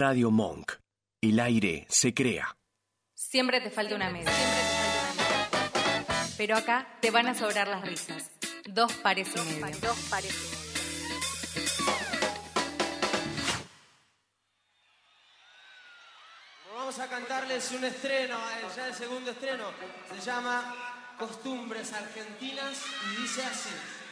Radio Monk. El aire se crea. Siempre te falta una media. Pero acá te van a sobrar las risas. 2 pares y medio. Vamos a cantarles un estreno, ya el segundo estreno. Se llama Costumbres Argentinas y dice así.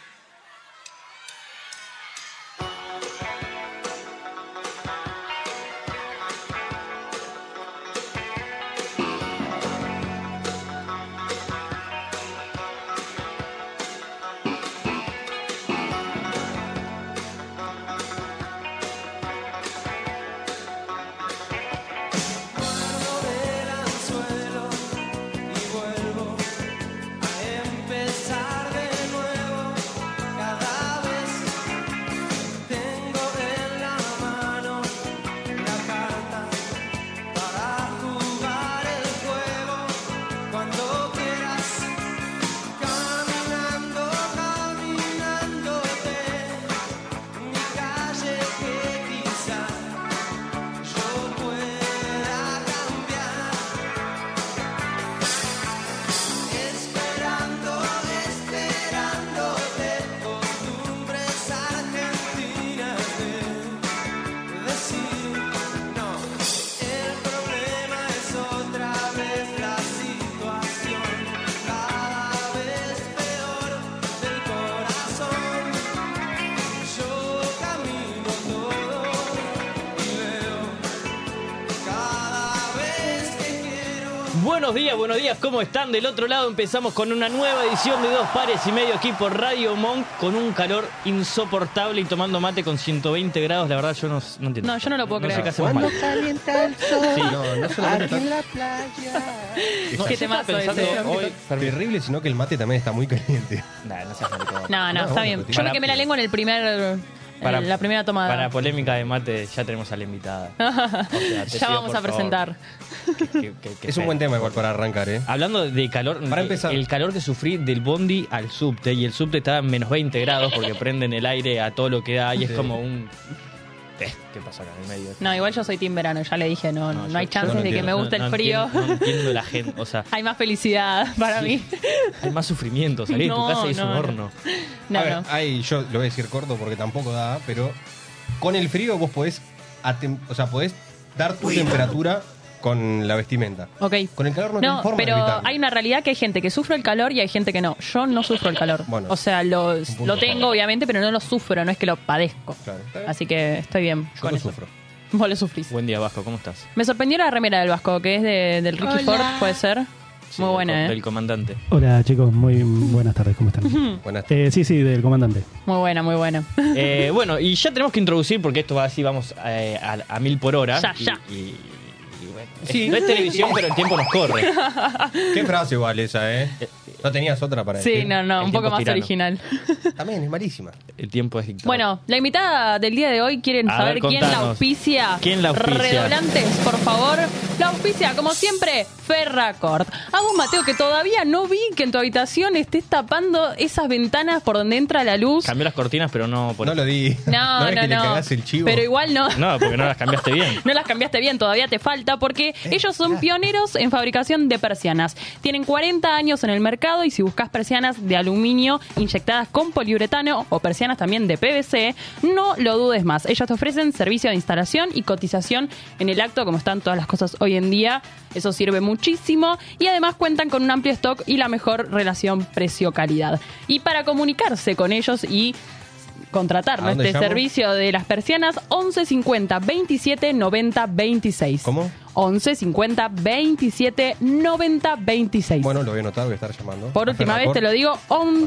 Buenos días, ¿cómo están? Del otro lado empezamos con una nueva edición de 2 pares y medio aquí por Radio Monk con un calor insoportable y tomando mate con 120 grados. La verdad yo no entiendo. No, yo no lo puedo creer. No sé qué hacemos mal. Calienta el sol, Sí, no solamente en la playa. ¿Qué temazo pensando ese? hoy? Terrible, sino que el mate también está muy caliente. No seas maricón. No, está bueno, bien. pues, Yo me quemé la lengua en la primera tomada. Para polémica de mate ya tenemos a la invitada. O sea, te Ya pido, vamos por a presentar. favor, Es un buen tema igual para arrancar, ¿eh? Hablando de calor, Para empezar. el calor que sufrí del bondi al subte, y el subte estaba en menos 20 grados porque prenden el aire a todo lo que da y es Sí. como un... ¿Qué pasa acá en el medio? No, igual yo soy team verano, ya le dije, no hay chances no de que entiendo. me guste el frío. No entiendo la gente, o sea... Hay más felicidad para Sí. mí. Hay más sufrimiento, salí de tu No, casa y es un no. horno. A ver, yo lo voy a decir corto porque tampoco da, pero con el frío vos podés dar tu temperatura con la vestimenta. Ok. Con el calor no hay forma de pero evitarlo. hay una realidad que hay gente que sufre el calor y hay gente que no. Yo no sufro el calor. Bueno, o sea, lo punto tengo obviamente, pero no lo sufro, no es que lo padezco. Claro, está bien. Así que estoy bien Yo con lo eso. sufro. Vos lo sufrís. Buen día, Vasco, ¿cómo estás? Me sorprendió la remera del Vasco, que es del Ricky Ford, puede ser. Sí, Muy buena, del comandante. Hola chicos, muy buenas tardes, ¿cómo están? Buenas Sí, del comandante. Muy buena, muy buena. Bueno, y ya tenemos que introducir, porque esto va así, vamos a 1000 por hora. Ya. Y bueno, Sí. no es televisión, pero el tiempo nos corre. Qué frase igual esa, ¿eh? ¿No tenías otra para Sí, decir? no, El un tiempo poco más tirano. original. También es malísima. El tiempo es dictador. Bueno, la invitada del día de hoy, ¿quieren A saber ver, quién la contanos. auspicia? ¿Quién la auspicia? Redoblantes, por favor. La auspicia, como siempre, Ferracort. A vos, Mateo, que todavía no vi que en tu habitación estés tapando esas ventanas por donde entra la luz. Cambió las cortinas, pero no por No lo di. No, es que le no. cagás el chivo. Pero igual no. No, porque no las cambiaste bien. No las cambiaste bien, todavía te falta, porque ellos son pioneros en fabricación de persianas. Tienen 40 años en el mercado y si buscas persianas de aluminio inyectadas con poliuretano o persianas también de PVC, no lo dudes más. Ellos te ofrecen servicio de instalación y cotización en el acto, como están todas las cosas hoy en día. Eso sirve muchísimo y además cuentan con un amplio stock y la mejor relación precio-calidad. Y para comunicarse con ellos y contratar ¿A dónde este llamo? servicio de las persianas, 11 50 27 90 26. ¿Cómo? 11 50 27 90 26. Bueno, lo voy a anotar, voy a estar llamando. Por A última vez Ferracort. te lo digo,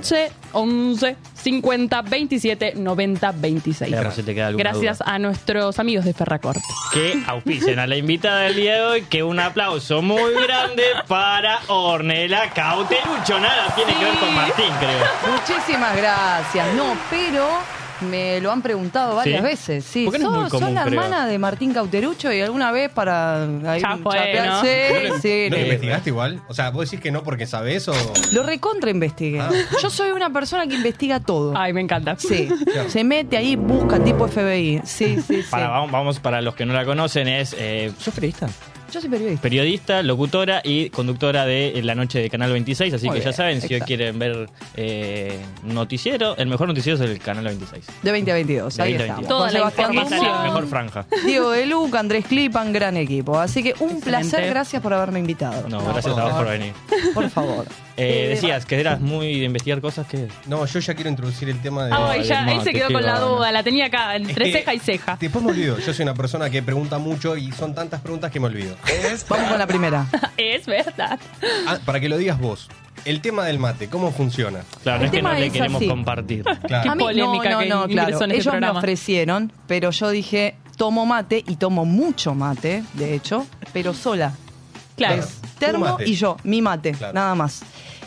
11 50 27 90 26. Veamos si te queda alguna Gracias duda. a nuestros amigos de Ferracort. Que auspicien a la invitada del día de hoy. Que un aplauso muy grande para Ornella Cautelucho. Nada tiene que ver con Martín, creo. Muchísimas gracias. No, pero Me lo han preguntado varias ¿Sí? veces, sí. Porque no es muy común, ¿Sos la creo. hermana de Martín Cauterucho y alguna vez para ahí Ya fue, chapear? ¿no? Sí, ¿No lo investigaste igual? O sea, ¿vos decís que no porque sabés o...? Lo recontra investigué. Ah. Yo soy una persona que investiga todo. Ay, me encanta. Sí, se mete ahí, busca tipo FBI. Sí, sí, sí. Vamos, para los que no la conocen, ¿sos periodista? Yo soy periodista. Periodista, locutora y conductora de La Noche de Canal 26, así Muy que ya bien, saben, si hoy exacto. quieren ver noticiero, el mejor noticiero es el Canal 26. De 20 a 22, De ahí 20 a estamos. 22. Toda Con la Sebastián información. Dumont, Mejor franja. Diego de Luca, Andrés Clipan, gran equipo. Así que un placer, Excelente. gracias por haberme invitado. No, gracias a vos por venir. Por favor. Decías que eras muy de investigar cosas que... No, yo ya quiero introducir el tema de... Ay, Ay, ya, ahí mate, se quedó qué con la gana. duda. La tenía acá, entre Es que ceja y ceja. Después me olvido. Yo soy una persona que pregunta mucho y son tantas preguntas que me olvido. Vamos con la primera. Es verdad. Para que lo digas vos. El tema del mate, ¿cómo funciona? Claro, El no es que no tema le es queremos así. compartir. Claro. A mí, polémica no, que claro. ingresó en este Ellos me programa. ofrecieron, pero yo dije, tomo mate y tomo mucho mate, de hecho, pero sola. Claro. Es termo Tu mate. y yo, mi mate, Claro. nada más.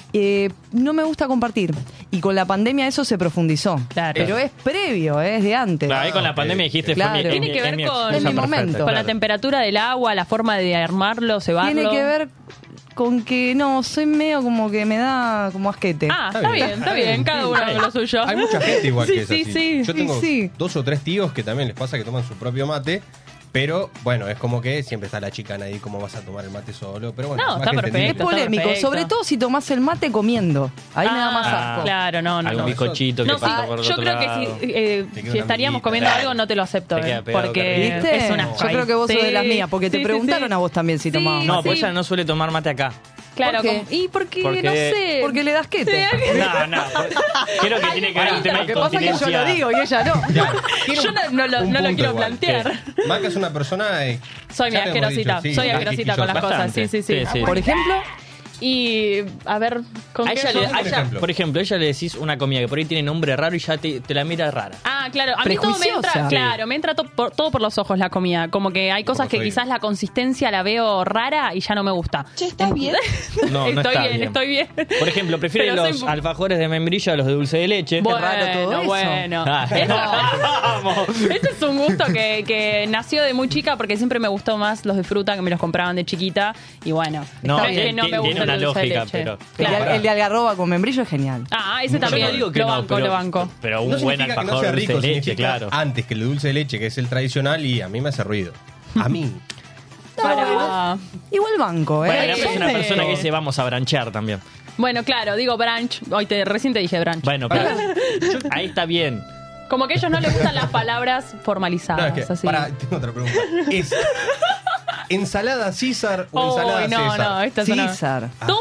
No me gusta compartir. Y con la pandemia eso se profundizó. Claro. Pero es previo, es de antes. Claro, ahí con la pandemia dijiste... Claro. fue mi- Tiene es que ver mi con- excusa Es mi perfecta, momento. Con la claro. temperatura del agua, la forma de armarlo, cebarlo. Tiene que ver con que no, soy medio como que me da como asquete. Ah, está bien, está bien. Cada uno con lo suyo. Hay mucha gente igual Sí, que es sí, así. sí. Yo tengo Sí. 2 o 3 tíos que también les pasa que toman su propio mate. Pero bueno, es como que siempre está la chicana ahí, ¿cómo vas a tomar el mate solo? Pero bueno, No, más está que Es perfecto. entendible. polémico, perfecto. sobre todo si tomás el mate comiendo. Ahí me da más Ah, asco. Claro, no, no. Algún no. bizcochito que No, sí, pasa por el yo otro creo lado. que Te queda si una estaríamos amiguita. comiendo algo no te lo acepto, Te queda pegado, porque qué rico. ¿Viste? es una Yo creo que vos sos de las mías, porque te Sí, sí, preguntaron sí. a vos también si Sí, tomabas No, mate. pues ella no suele tomar mate acá. Claro, ¿Por qué? ¿y por qué? Porque- No sé. Porque le das quete. No, creo que tiene que ver un tema Lo de que pasa es que yo continencia. lo digo y ella no. Ya, Yo no lo un punto quiero igual. plantear. Maca es una persona... Soy mi ya lo hemos asquerosita, dicho, sí, soy más asquerosita con las quisquillosa. cosas. Sí, sí, sí. Sí, sí. Por ejemplo, Y, a ver, ¿con A qué ella yo- le- por ejemplo. por ejemplo, a ella le decís una comida que por ahí tiene nombre raro y ya te la mira rara. Ah, claro. A mí todo me entra, Prejuiciosa. claro, me entra todo por los ojos la comida. Como que hay cosas que soy. quizás la consistencia la veo rara y ya no me gusta. ¿está bien? No, no estoy está bien, bien. estoy bien. Por ejemplo, prefiere Pero los soy- alfajores de membrillo a los de dulce de leche. Bueno, raro todo eso. bueno. Ah. Vamos. Ese es un gusto que nació de muy chica porque siempre me gustó más los de fruta que me los compraban de chiquita. Y bueno, No, Está es bien. que no me tiene gusta una el dulce de lógica, leche. pero... Claro. El de algarroba con membrillo es genial. Ah, ese Yo también. no digo que lo no, banco, pero, lo banco. pero un No buen significa que no alfajor sea de dulce rico, de leche, significa claro. antes que el dulce de leche, que es el tradicional, y a mí me hace ruido. A mí. Para- Igual banco, ¿eh? Bueno, es Sí. una persona que dice vamos a branchear también. Bueno, claro, digo brunch. Hoy recién te dije brunch. Bueno, pero ahí está bien. Como que a ellos no les gustan las palabras No, formalizadas. es que, así. tengo otra pregunta. ¿Es ensalada César o ensalada Uy, no, César? no, esta es una- César. ¡Toma!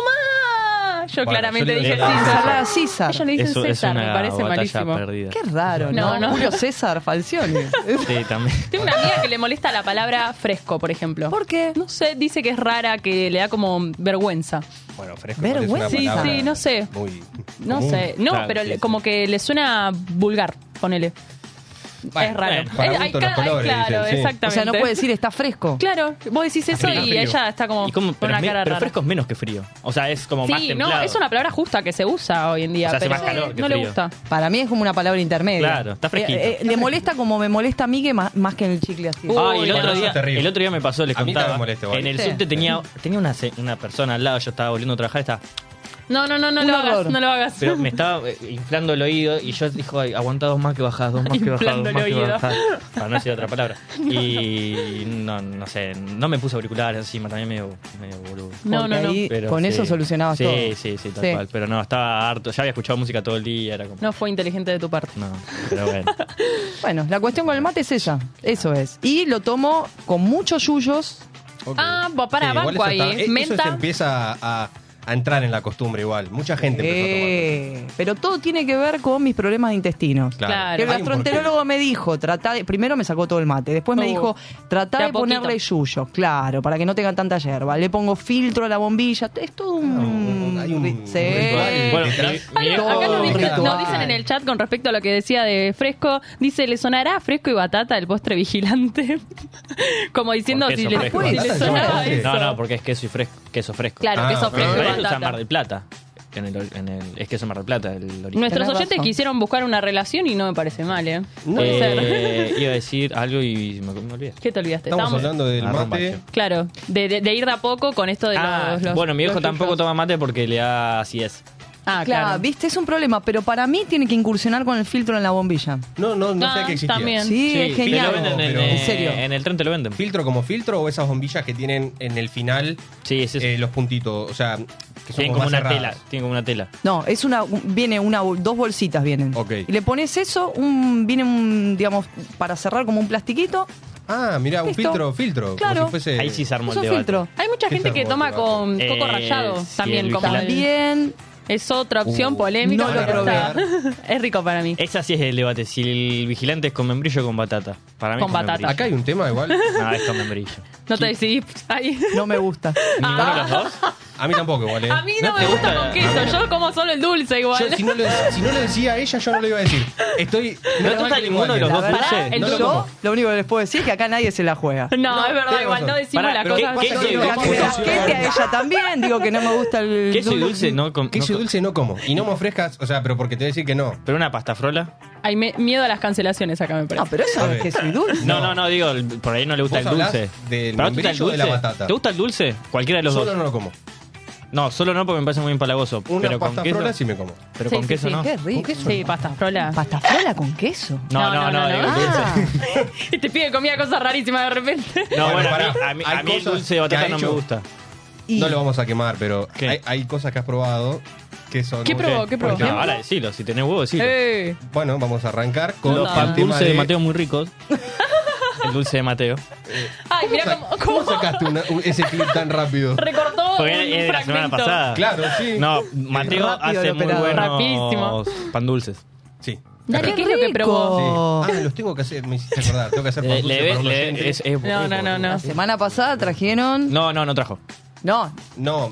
Yo Bueno, claramente yo le dije digo- Ensalada César. César. Ellos le dicen Eso es César, me una parece batalla malísimo. perdida. Qué raro, No, ¿no? no. Julio César Falcioni. Sí, también. Tengo una amiga que le molesta la palabra fresco, por ejemplo. ¿Por qué? No sé, dice que es rara, que le da como vergüenza. Bueno, fresco. Vergüenza. parece una Sí, palabra sí, no sé. Muy No común. sé. No, Claro, pero sí, sí. como que le suena vulgar, ponele. Bueno, es raro. bueno, para Hay gustos los cada- colores, claro, dicen, sí. exactamente. O sea, no puede decir está fresco. Claro, vos decís eso Frío, y frío. ella está como ¿Y cómo? con Pero, una cara pero rara. fresco es menos que frío. O sea, es como más Sí, templado. no, es una palabra justa que se usa hoy en día, O sea, hace pero más calor que no le frío. gusta. Para mí es como una palabra intermedia. Claro, está fresquito. Le molesta como me molesta a mí que más que en el chicle así. Uy, Ah, y el no, otro, eso día, es terrible. el otro día me pasó, les A mí contaba. también me molesta igual. En el ¿Viste? subte tenía una persona al lado, yo estaba volviendo a trabajar, estaba, No Un lo hagas, horror. no lo hagas. pero me estaba inflando el oído y yo dijo, "Ay, aguantá 2 más que bajás, 2 más que bajás, 2 Inflando más el que oído. bajás". Para no decir otra palabra. Y no sé, no me puse auriculares encima, también medio boludo. No, Porque no, no. ahí Pero con sí. eso solucionabas sí, todo. Sí, tal Sí. cual. Pero no, estaba harto. Ya había escuchado música todo el día, era como... No fue inteligente de tu parte. No, pero bueno. Bueno, la cuestión con el mate es ella. Eso es. Y lo tomo con muchos yuyos. Ok. Ah, para, igual banco eso ahí. está- eso Menta. se empieza a entrar en la costumbre igual. Mucha gente empezó a Pero todo tiene que ver con mis problemas de intestinos. tomar. Claro. Que el Hay un porqué. gastroenterólogo me dijo, primero me sacó todo el mate, después me dijo, tratá de a de ponerle poquito. yuyo, claro, para que no tengan tanta hierba. Le pongo filtro a la bombilla, es todo un... Hay un Sí. ritual Bueno, detrás. mi- Acá Todo nos dicen, ritual. nos dicen en el chat con respecto a lo que decía de fresco, dice, ¿le sonará fresco y batata el postre vigilante? Como diciendo Con si queso le, fresco. si le Batata, sonaba sí. eso. No, porque es queso fresco. Claro, Ah, queso fresco Pero y él usa batata. Mar del Plata. es queso Mar del Plata, el original. Nuestros Tenés oyentes razón. quisieron buscar una relación y no me parece mal, ¿eh? Puede ser. Iba a decir algo y me olvidé. ¿Qué te olvidaste? Estamos Estábamos- hablando del Marrón mate. Baggio. Claro, de ir de a poco con esto de los bueno, mi viejo los tampoco chicos. toma mate porque le da acidez. Ah, Claro, claro. viste, es un problema, pero para mí tiene que incursionar con el filtro en la bombilla. No sabía que existía. también. Sí, es te genial. lo venden pero- en serio. En el tren te lo venden. ¿Filtro como filtro o esas bombillas que tienen en el final Sí, es eso. los puntitos? O sea, que son Tienen como como más una cerradas. tela. Tienen como una tela. No, es viene dos bolsitas vienen. Ok. Y le pones eso, viene digamos, para cerrar como un plastiquito. Ah, mirá, un Listo. filtro. Claro. Como si fuese... Ahí sí se armó Es el un debate. filtro. Hay mucha ¿Qué gente que sabor toma le con va? coco rallado Sí, también. el Como También. es otra opción Uh, polémica. no lo pero probé. está. Es rico para mí. Esa sí es el debate. Si el vigilante es con membrillo o con batata. Para mí Con es batata. membrillo. Acá hay un tema igual. No, es con membrillo. No te decidís ahí. No me gusta. ¿Ninguno de los dos? A mí tampoco igual, ¿eh? A mí no ¿No me te gusta gusta? con queso. Yo como solo el dulce igual. Yo, si no lo decía a ella, yo no lo iba a decir. Estoy... ¿No me te gusta arranca ninguno de igual, los ¿eh? dos La verdad, dulces? el No lo yo como. lo único que les puedo decir es que acá nadie se la juega. No, es verdad, tenés igual razón. no decimos Pará, las pero cosas. ¿qué Yo soy? digo que ¿Cómo se la funciona? quete a ella también, digo que no me gusta el Queso y dulce no con... Queso y no con- dulce no como. Y no me ofrezcas, o sea, pero porque te voy a decir que no. Pero una pasta frola. Hay miedo a las cancelaciones acá, me parece. No, pero eso A es ver. que soy dulce. No, digo, por ahí no le gusta ¿Vos el hablás dulce. del ¿Pero a vos te gusta el membrillo o de la dulce? batata? ¿Te gusta el dulce? Cualquiera de los Solo dos. no lo como. No, solo no porque me parece muy empalagoso. Una pero con pasta queso. frola sí me como. Pero Sí, con sí, queso sí. no. Qué rico. Sí, pasta frola. ¿Pasta frola con queso? No, No, digo el no. dulce. Ah, Y te pide comida cosas rarísimas de repente. No, bueno, pará. a mí Hay el cosas dulce de que batata ha no me hecho. gusta. y No lo vamos a quemar, pero ¿Qué? hay cosas que has probado que son... ¿Qué probó? ¿Qué probó? No, ahora decilo, si tenés huevo, decilo. Bueno, vamos a arrancar con Los el pan tema dulces de Mateo muy ricos. El dulce de Mateo. Ay, mira ¿Cómo cómo sacaste ese clip tan rápido? recortó Porque un es de la semana fragmento. pasada. Claro, sí. No, Mateo Rápido hace el muy operador. buenos Rapidísimo. pan dulces. Sí. Dale, Qué ¿qué es lo que probó? Sí. Ah, los tengo que hacer, me hiciste acordar. Tengo que hacer pan Le, dulce le, para un le- oyente. es No, no, no, no. la semana pasada trajeron... No trajo. No, No,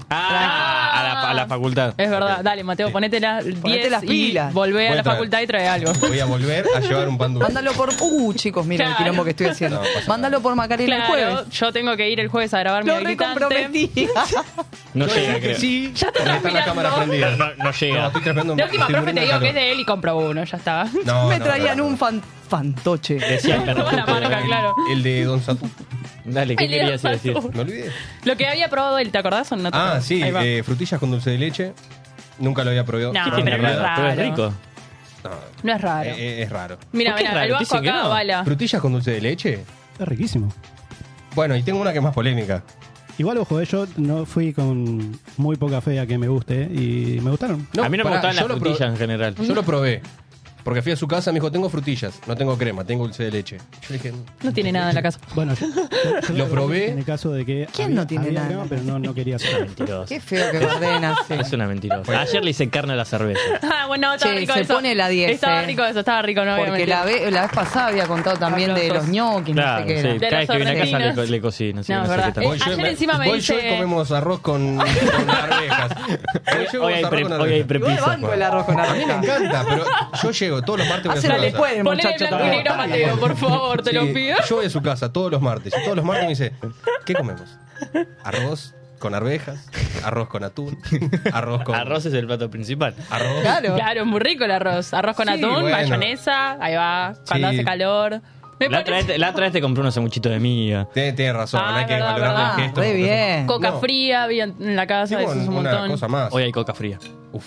A la facultad. Es verdad, dale, Mateo, ponete las 10 las pilas. y volvé a Voy la a traer. facultad y trae algo. voy a volver a llevar un pan dulce. mándalo por... chicos, miren el Claro. quilombo que estoy haciendo. No, pasa nada. Mándalo por Macarena el Claro, jueves. yo tengo que ir el jueves a grabar mi Lo habilitante. recomprometí. No Yo llega, dije que creo. sí, Ya te porque estás está la cámara mirando. prendida. No No, llega. estoy trepando. De última, estoy profe, te muriendo de digo que es calor. de él y compro uno, ya está. No, Me no, traían no. un fantoche. Decía el Toda la marca, claro. El de Don Satú. Dale, ¿qué El de querías Don decir? Satú. Me olvidé. Lo que había probado él, ¿te acordás o no te Ah, acordás? sí, Ahí va. frutillas con dulce de leche. Nunca lo había probado. No, probado en pero mi no es vida. raro. Pero es rico. No, No es raro. es raro. Mira, ¿por qué es mira, raro? el Vasco Dicen que acá no. bala. ¿Frutillas con dulce de leche? Es riquísimo. Bueno, y tengo una que es más polémica. Igual, ojo, yo no fui con muy poca fe a que me guste y me gustaron. No, a mí no pará, me gustaban las yo lo frutillas probé. en general. Yo lo probé. Porque fui a su casa, me dijo, tengo frutillas, no tengo crema, tengo dulce de leche. Yo dije, No tiene nada en la casa. Bueno, yo Lo probé. en el caso de que ¿Quién no tiene había nada? crema, pero no quería hacer. Mentiroso. Qué feo que ordena. Es una mentirosa. Ayer le hice carne a la cerveza. Ah, bueno, estaba Che, rico se eso. pone la 10, Estaba eh. rico eso, estaba rico, no voy a Porque mentir. la vez pasada había contado también de los ñoquis, no Claro, sé qué sí. era. De Cada vez los que viene a casa argentinos. le cocino. Sí, No, no sé verdad. qué tal. Voy ayer encima me voy yo y dice- comemos arroz con arvejas. Voy yo y Hoy hay comemos arroz con hoy hay arvejas. Igual prepisa. banco el arroz con A mí me arvejas. encanta, pero yo llego todos los martes voy a su Hacele casa. puede, Ponle muchacho. blanco y negro a Mateo, por favor, te Sí, lo pido. Yo voy a su casa todos los martes. Y todos los martes me dice, ¿qué comemos? Arroz con arvejas, arroz con atún, arroz con... Arroz es el plato principal. Arroz. Claro. Claro, es muy rico el arroz. Arroz con Sí, atún, bueno. mayonesa, ahí va, cuando Sí. hace calor. Me La otra parece- vez te compré unos sanguchitos de miga. Tiene razón, Ah, hay que verdad, valorar verdad. el gesto. Re porque bien. Coca No. fría había en la casa, Tengo eso es un una montón. cosa más. Hoy hay coca fría. Uf.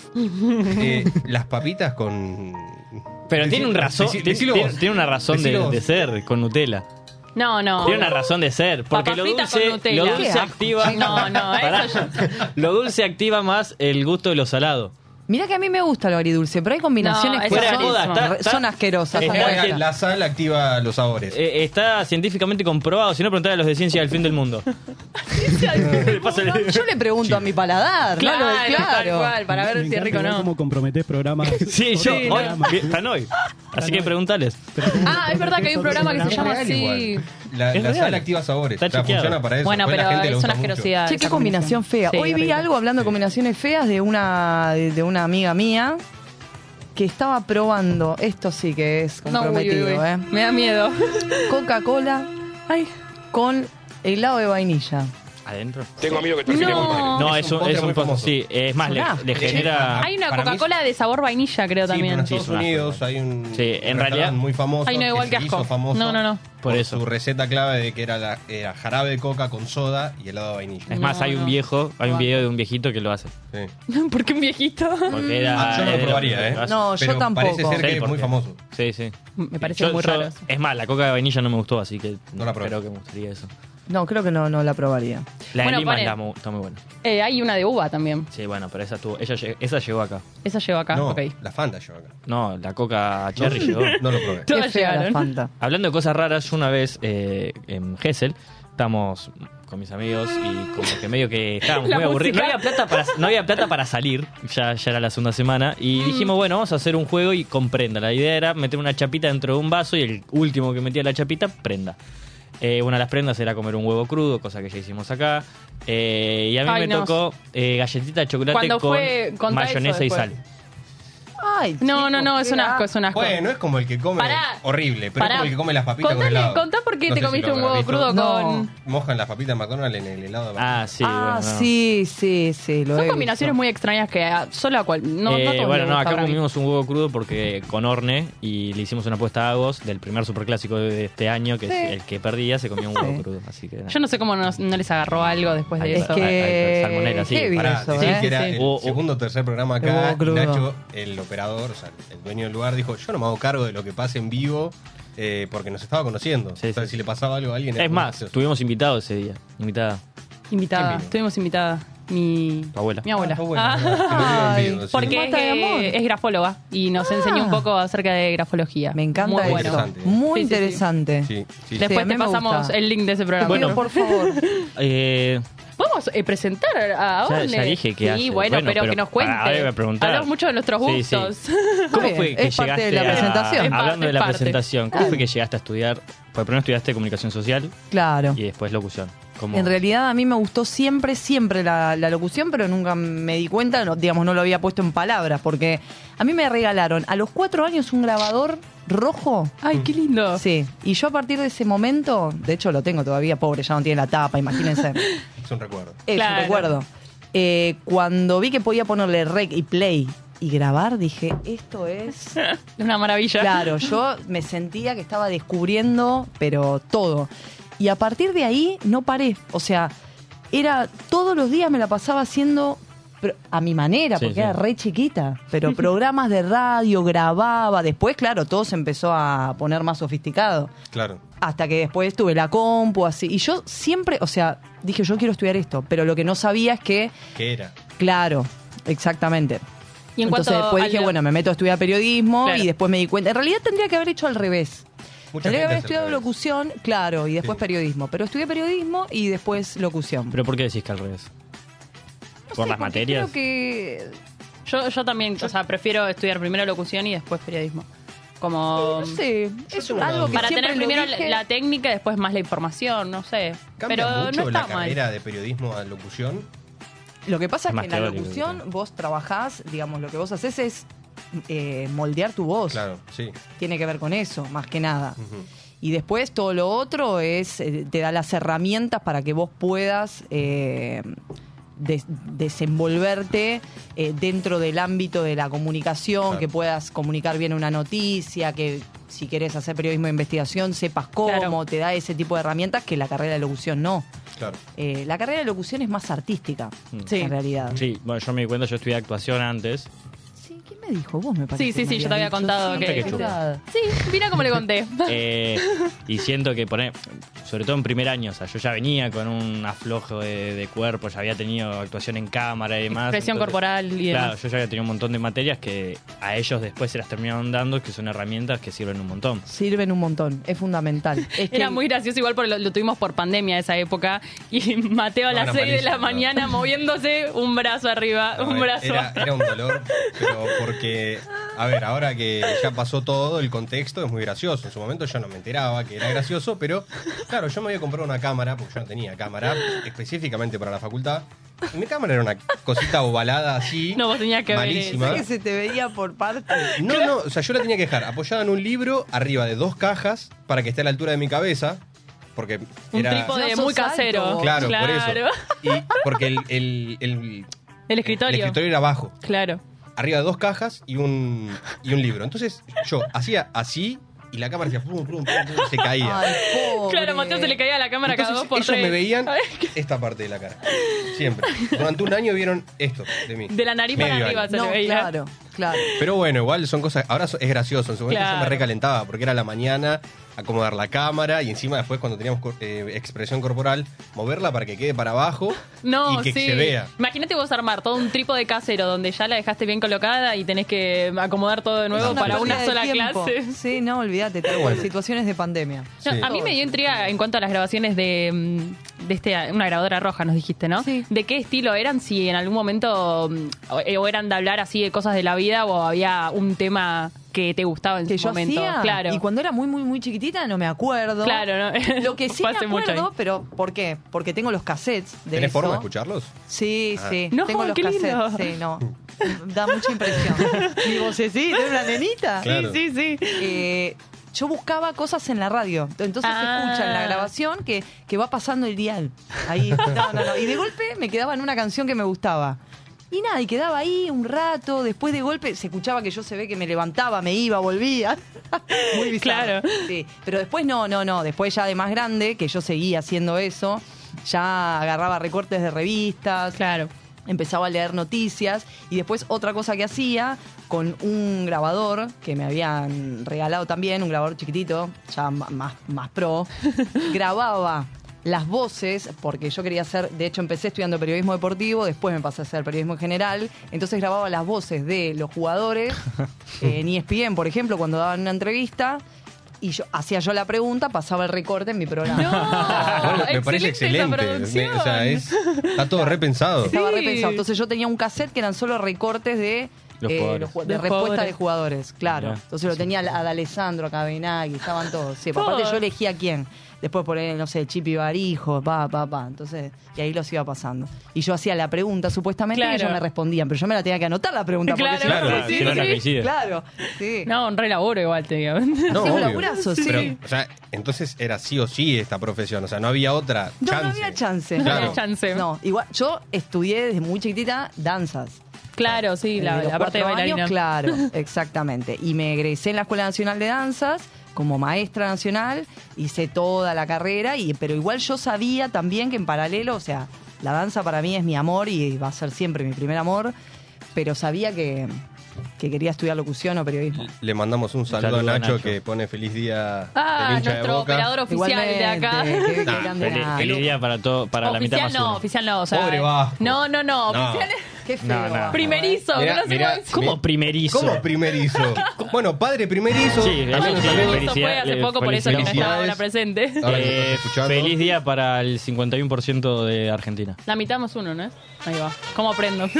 Las papitas con... Pero tiene un razón, decilo vos. tiene una razón Decilo vos. de ser con Nutella. No, no. Tiene una razón de ser. Porque lo Papas fritas dulce, con Nutella. lo dulce Qué asco. activa. No, no, Pará. eso Lo dulce activa más el gusto de lo salado. Mirá que a mí me gusta lo agridulce, pero hay combinaciones No, que eso Fuera de es son, joda, está- son asquerosas. está- son La, buenas. la sal activa los sabores. Está científicamente comprobado. Si no, preguntar a los de ciencia del fin del mundo. Le pasa el- Yo le pregunto a mi paladar, Claro, claro, tal claro. cual, para ver Me si es encanta rico o igual no. cómo comprometés programas. Sí, yo. Otros Hoy, programas. están hoy. Así que preguntales. Ah, es verdad que hay un programa que se Es llama real así. igual. La Es sal real. activa sabores. Está O sea, chequeado. funciona para eso. Bueno, Después pero la gente le es gusta una mucho. asquerosidad. Che, esa qué combinación fea. Sí, Hoy vi horrible. algo hablando de combinaciones feas de una amiga mía que estaba probando, esto sí que es No, uy, comprometido, uy, uy. ¿eh? Me da miedo. Coca-Cola Ay, con helado de vainilla. ¿Adentro? Tengo amigos que te quieren No. No, Es es un un postre muy postre, famoso. sí. Es más, Es un le genera... Hay una Para mí Coca-Cola de sabor vainilla, creo Sí, pero también. en Sí, Estados es un asco, Unidos hay un Sí, en restaurante realidad- muy famoso Ay, no, igual que que se asco. hizo famoso No. Por eso. su receta clave de que era jarabe de coca con soda y helado de vainilla. Es más, hay un video de un viejito que lo hace. Sí. ¿Por qué un viejito? Porque era... Yo no lo era- probaría, ¿eh? No, yo Pero tampoco. parece ser Sí, que es muy porque- famoso. Sí, sí. Me parece muy raro eso. Es más, la coca de vainilla no me gustó, así que No la probé. creo que me gustaría eso. No, creo que no la probaría. La de Bueno, lima paren. está muy buena. Hay una de uva también. Sí, bueno, pero esa llegó acá. Esa lleva acá, No, ok. la Fanta yo acá. No, la coca cherry llegó. No lo probé. Qué Todas fea la llegaron. Fanta. Hablando de cosas raras, yo una vez en Gessel estamos con mis amigos y como que medio que estábamos La muy aburridos. música. No había plata para salir, ya era la segunda semana, y dijimos, bueno, vamos a hacer un juego y con prenda. La idea era meter una chapita dentro de un vaso y el último que metía la chapita, prenda. Una de las prendas era comer un huevo crudo, cosa que ya hicimos acá. Y a mí Ay, me no. tocó galletita de chocolate Cuando con fue- contá mayonesa eso y después. sal. Ay, No, chicos, es qué un asco, es un asco. Bueno, es como el que come Pará. horrible, pero Pará. es como el que come las papitas con Contale- helado. contá por qué No te sé si comiste lo un habrás huevo visto. crudo No. con... Mojan las papitas de McDonald's en el helado de McDonald's. Sí, bueno. no. sí, lo Son he combinaciones visto. muy extrañas que solo a cual... No todos les bueno, no, gusta acá para mí. comimos un huevo crudo porque con Orne y le hicimos una apuesta a Agos del primer superclásico de este año, que Sí. es el que perdía, se comía un huevo Sí. crudo. Así que nada. Yo no sé cómo no les agarró algo después de Es eso. que... Salmonela, sí. heavy Pará, eso, decí ¿eh? que era Sí. el segundo o tercer programa El acá. huevo Y crudo. Nacho, el operador, o sea, el dueño del lugar, dijo: yo no me hago cargo de lo que pase en vivo porque nos estaba conociendo. Sí, o sea, sí. si le pasaba algo a alguien. era Es muy más, gracioso. tuvimos invitados ese día. Invitada, Invitada, ¿Quién vino? estuvimos invitada. Mi tu abuela. abuela. Está bueno, Ah. que lo digan Ay, bien, sí. Porque Mata de amor. es grafóloga y nos enseñó un poco acerca de grafología. Me encanta Muy eso. bueno. interesante. Muy Sí, sí, sí. interesante. Sí, sí. Sí, Después a mí te me pasamos gusta. el link de ese programa. Bueno, por favor. ¿Podemos presentar a Ya- Orne? ya dije que Sí, hace. bueno, Bueno, pero que pero nos cuente. ahora voy a preguntar. Hablamos mucho de nuestros Sí, sí. gustos. ¿Cómo Bien, fue que es parte de llegaste la a- presentación. Es Hablando de la parte. presentación, ¿cómo fue que llegaste a estudiar? Pues primero estudiaste comunicación social Claro. y después locución. ¿Cómo? En realidad a mí me gustó siempre la locución, pero nunca me di cuenta, digamos, no lo había puesto en palabras, porque a mí me regalaron a los 4 años un grabador rojo. Ay, qué lindo. Sí, y yo a partir de ese momento, de hecho lo tengo todavía, pobre, ya no tiene la tapa, imagínense. Es un recuerdo. Es Claro. un recuerdo. Cuando vi que podía ponerle rec y play y grabar, dije, esto es... Es una maravilla. Claro, yo me sentía que estaba descubriendo, pero todo. Y a partir de ahí no paré. O sea, era todos los días me la pasaba haciendo a mi manera, Sí, porque sí. era re chiquita. Pero programas de radio, grababa. Después, claro, todo se empezó a poner más sofisticado. Claro. Hasta que después tuve la compu, así. Y yo siempre, o sea, dije, yo quiero estudiar esto. Pero lo que no sabía es que, ¿Qué era? claro, exactamente. Y en Entonces cuanto después al- dije, bueno, me meto a estudiar periodismo Claro. y después me di cuenta. En realidad tendría que haber hecho al revés. Mucha Tendría que gente haber hace estudiado al revés. locución, claro, y después Sí. periodismo. Pero estudié periodismo y después locución. ¿Pero por qué decís que al revés? No ¿Por sé, las porque materias? Creo que... Yo también, o sea, prefiero estudiar primero locución y después periodismo. Como... No sé, es tengo algo que Para siempre tener lo primero dije. la técnica y después más la información, no sé. ¿Cambia Pero mucho no la está mal. carrera de periodismo a locución? Lo que pasa es Más que en la teórico, locución claro. vos trabajás, digamos, lo que vos haces es moldear tu voz. Claro, sí. Tiene que ver con eso, más que nada. Ujú. Y después todo lo otro es te da las herramientas para que vos puedas desenvolverte dentro del ámbito de la comunicación, Claro. que puedas comunicar bien una noticia, que si querés hacer periodismo de investigación sepas cómo, Claro. te da ese tipo de herramientas que la carrera de locución no. Claro. La carrera de locución es más artística, Sí. en realidad. Sí, bueno, yo me di cuenta, yo estudié actuación antes. Sí, ¿quién me dijo? Vos me parece. Sí, que yo me te había dicho. contado Sí, que- es verdad. Sí, mira cómo le conté. Y siento que sobre todo en primer año, o sea, yo ya venía con un aflojo de cuerpo, ya había tenido actuación en cámara y demás. Expresión entonces, corporal y Claro, demás. yo ya había tenido un montón de materias que a ellos después se las terminaron dando, que son herramientas que sirven un montón. Sirven un montón, es fundamental. Es que Era muy gracioso, igual porque lo tuvimos por pandemia esa época. Y Mateo a No, las era 6 de la malísimo, mañana moviéndose, un brazo arriba, No, un brazo era un dolor, pero porque, a ver, ahora que ya pasó todo, el contexto es muy gracioso. En su momento yo no me enteraba que era gracioso, pero claro, yo me había comprado una cámara, porque yo no tenía cámara específicamente para la facultad. Y mi cámara era una cosita ovalada así, No, vos tenías que ver malísima. que se te veía por parte. No, o sea, yo la tenía que dejar apoyada en un libro arriba de 2 cajas para que esté a la altura de mi cabeza. porque Un era... trípode No muy sos casero. alto. Claro, por eso. Y porque el El escritorio. era abajo, Claro. arriba de 2 cajas y un libro. Entonces yo hacía así y la cámara hacía pum, pum, pum, pum, se caía. Ay, pobre. Claro, a Mateo se le caía la cámara cada Entonces 2 por ellos 3. me veían esta parte de la cara. Siempre. Durante un año vieron esto de mí. De la nariz para Medio arriba año. se No, le veía. claro, claro. Pero bueno, igual son cosas... Ahora es gracioso. En su momento yo me Claro. recalentaba porque era la mañana, acomodar la cámara y encima después cuando teníamos expresión corporal, moverla para que quede para abajo No, y que sí. se vea. Imagínate vos armar todo un trípode casero donde ya la dejaste bien colocada y tenés que acomodar todo de nuevo Es para pérdida una de sola tiempo. clase. Sí, no, olvídate, tal cual, situaciones de pandemia. No, Sí. a mí me dio intriga en cuanto a las grabaciones de una grabadora roja, nos dijiste, ¿no? Sí. ¿De qué estilo eran? Si en algún momento o eran de hablar así de cosas de la vida o había un tema que te gustaba en Que su yo momento. hacía, Claro. y cuando era muy, muy, muy chiquitita no me acuerdo. Claro, ¿no? Lo que sí Fue me hace mucho acuerdo, ahí. pero ¿por qué? Porque tengo los cassettes de ¿Tenés eso. forma de escucharlos? Sí, Ah. sí. No, tengo los qué lindo. cassettes. Sí, no. Da mucha impresión. Mi vocecita, es una nenita. Claro. Sí, sí, sí. Yo buscaba cosas en la radio. Entonces se escucha en la grabación que va pasando el dial. Ahí. No. Y de golpe me quedaba en una canción que me gustaba. Y nada, y quedaba ahí un rato. Después de golpe se escuchaba que yo se ve que me levantaba, me iba, volvía. Muy bizarro. Claro. Sí. Pero después no. Después ya de más grande, que yo seguía haciendo eso, ya agarraba recortes de revistas. Claro. Empezaba a leer noticias y después otra cosa que hacía con un grabador que me habían regalado también, un grabador chiquitito, ya más pro, grababa las voces, porque yo quería hacer, de hecho empecé estudiando periodismo deportivo, después me pasé a hacer periodismo en general, entonces grababa las voces de los jugadores en ESPN, por ejemplo, cuando daban una entrevista. Y hacía yo la pregunta, pasaba el recorte en mi programa. Igual me parece excelente esa excelente. producción. Está todo repensado. Estaba Sí. repensado. Entonces yo tenía un cassette que eran solo recortes de Los jugadores. de Los respuesta jugadores. de jugadores, claro. Mirá. Entonces lo tenía a D'Alessandro, a Cabenagui, estaban todos. Sí, Todos. aparte yo elegía quién. Después poner, no sé, Chipi Barijo, pa. Entonces, y ahí los iba pasando. Y yo hacía la pregunta supuestamente y Claro. ellos me respondían, pero yo me la tenía que anotar la pregunta. Porque Claro, si no, Claro, sí, si no, no sí. coincide. claro, sí. No, un re laburo igual, te digo. No, Sí, un obvio. laburazo, sí. Pero, o sea, entonces era sí o sí esta profesión. O sea, no había otra No, chance. no había chance. Claro. No había chance. No, igual, yo estudié desde muy chiquitita danzas. Claro, sí, Desde los la parte de 4 bailarina. años, claro, exactamente. Y me egresé en la Escuela Nacional de Danzas como maestra nacional, hice toda la carrera, pero igual yo sabía también que en paralelo, o sea, la danza para mí es mi amor y va a ser siempre mi primer amor, pero sabía que quería estudiar locución o periodismo. Le mandamos un saludo Saludo a a Nacho, Nacho. que pone feliz día Ah, del hincha de nuestro Boca. operador oficial de acá. Igualmente, qué Nah, grande Feliz, nada. feliz día para la mitad más uno. Oficial no, o sea. Pobre Vasco. No, No. oficial Qué feo. No, no. primerizo, Mirá, que no sé mirá. cómo es. ¿Cómo primerizo? ¿Cómo primerizo? Bueno, padre primerizo. Sí, al menos sí, al menos- Eso fue hace poco, por eso que no estaba Felicidades. ahora presente. Ahora que lo estás escuchando. Feliz día para el 51% de Argentina. La mitad más uno, ¿no? Ahí va. ¿Cómo aprendo?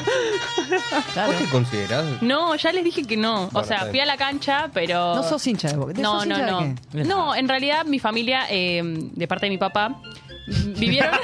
Claro. ¿Vos qué considerás? No, ya les dije que no. O Bueno, sea, está fui bien. a la cancha, pero. No sos hincha de Boca. No, ¿Sos no, hincha de no. qué? No, en realidad mi familia, de parte de mi papá, vivieron.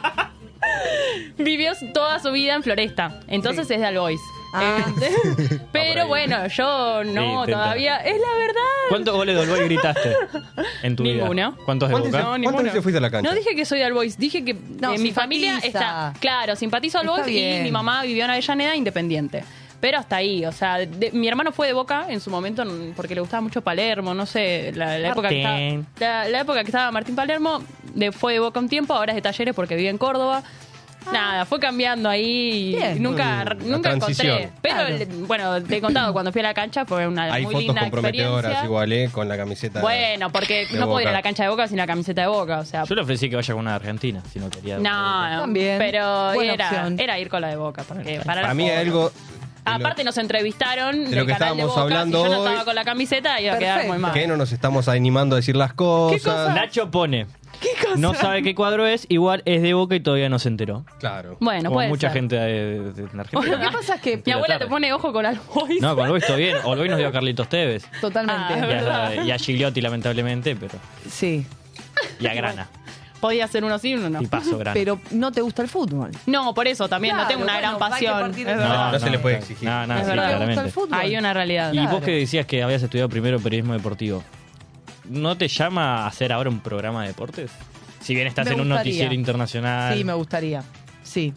Vivió toda su vida en Floresta. Entonces Sí. es de Albois. Ah. Pero bueno, yo no, Sí, todavía. Es la verdad. ¿Cuántos goles de Olboy gritaste en tu Ninguno. vida? ¿Cuántos de ¿Cuántas- Boca? No, ¿Cuántas ninguno. veces fuiste a la cancha? No dije que soy de Albois, dije que No, mi familia simpatiza. está. Claro, simpatizo al Está Boys y bien. mi mamá vivió en Avellaneda Independiente. Pero hasta ahí, o sea, mi hermano fue de Boca en su momento porque le gustaba mucho Palermo, no sé, la época que Martín. estaba, la época que estaba Martín Palermo, fue de Boca un tiempo, ahora es de Talleres porque vive en Córdoba. Nada, fue cambiando ahí y Bien. nunca, La nunca transición. encontré. Pero Claro. Bueno, te he contado, cuando fui a la cancha fue una Hay muy fotos linda comprometedoras experiencia. igual, con la camiseta. Bueno, porque de no puedo ir a Boca. la cancha de Boca sin la camiseta de Boca, o sea. Yo le ofrecí que vaya con una de Argentina, si no quería. No, También. pero Buena era, opción. era ir con la de Boca. Porque para Para la mí foto. hay algo. Aparte nos entrevistaron de del lo que canal de estábamos Boca, hablando si yo no hoy. estaba con la camiseta iba a quedar muy mal. Que no nos estamos animando a decir las cosas. cosa? Nacho pone. No sabe qué cuadro es, igual es de Boca y todavía no se enteró. Claro. Bueno, Como puede mucha ser. gente en Argentina. Lo que pasa es que Mi la abuela tarde. te pone ojo con Albois. No, con Olboy todo bien. Olboy nos dio a Carlitos Tevez. totalmente. Ah, Y a Gigliotti, lamentablemente, pero. Sí. Y a Grana. Podía ser uno sí, uno no. Y paso Grana. Pero no te gusta el fútbol. No, por eso también no Claro, tengo una bueno, gran hay que pasión. partir de Es eso. verdad. No se le puede exigir. No, no, Es sí, verdad. ¿Te gusta claramente. el fútbol? Hay una realidad. Y vos Claro. que decías que habías estudiado primero periodismo deportivo. ¿no te llama a hacer ahora un programa de deportes? Si bien estás Me en un gustaría. noticiero internacional. Sí, me gustaría. Sí.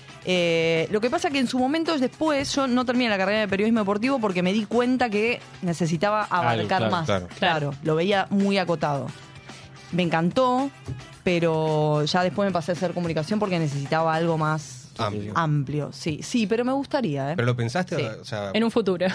Lo que pasa que en su momento después yo no terminé la carrera de periodismo deportivo porque me di cuenta que necesitaba abarcar claro, más. claro. Lo veía muy acotado. Me encantó, pero ya después me pasé a hacer comunicación porque necesitaba algo más amplio. Sí, pero me gustaría. ¿Pero lo pensaste? Sí. O sea, En un futuro.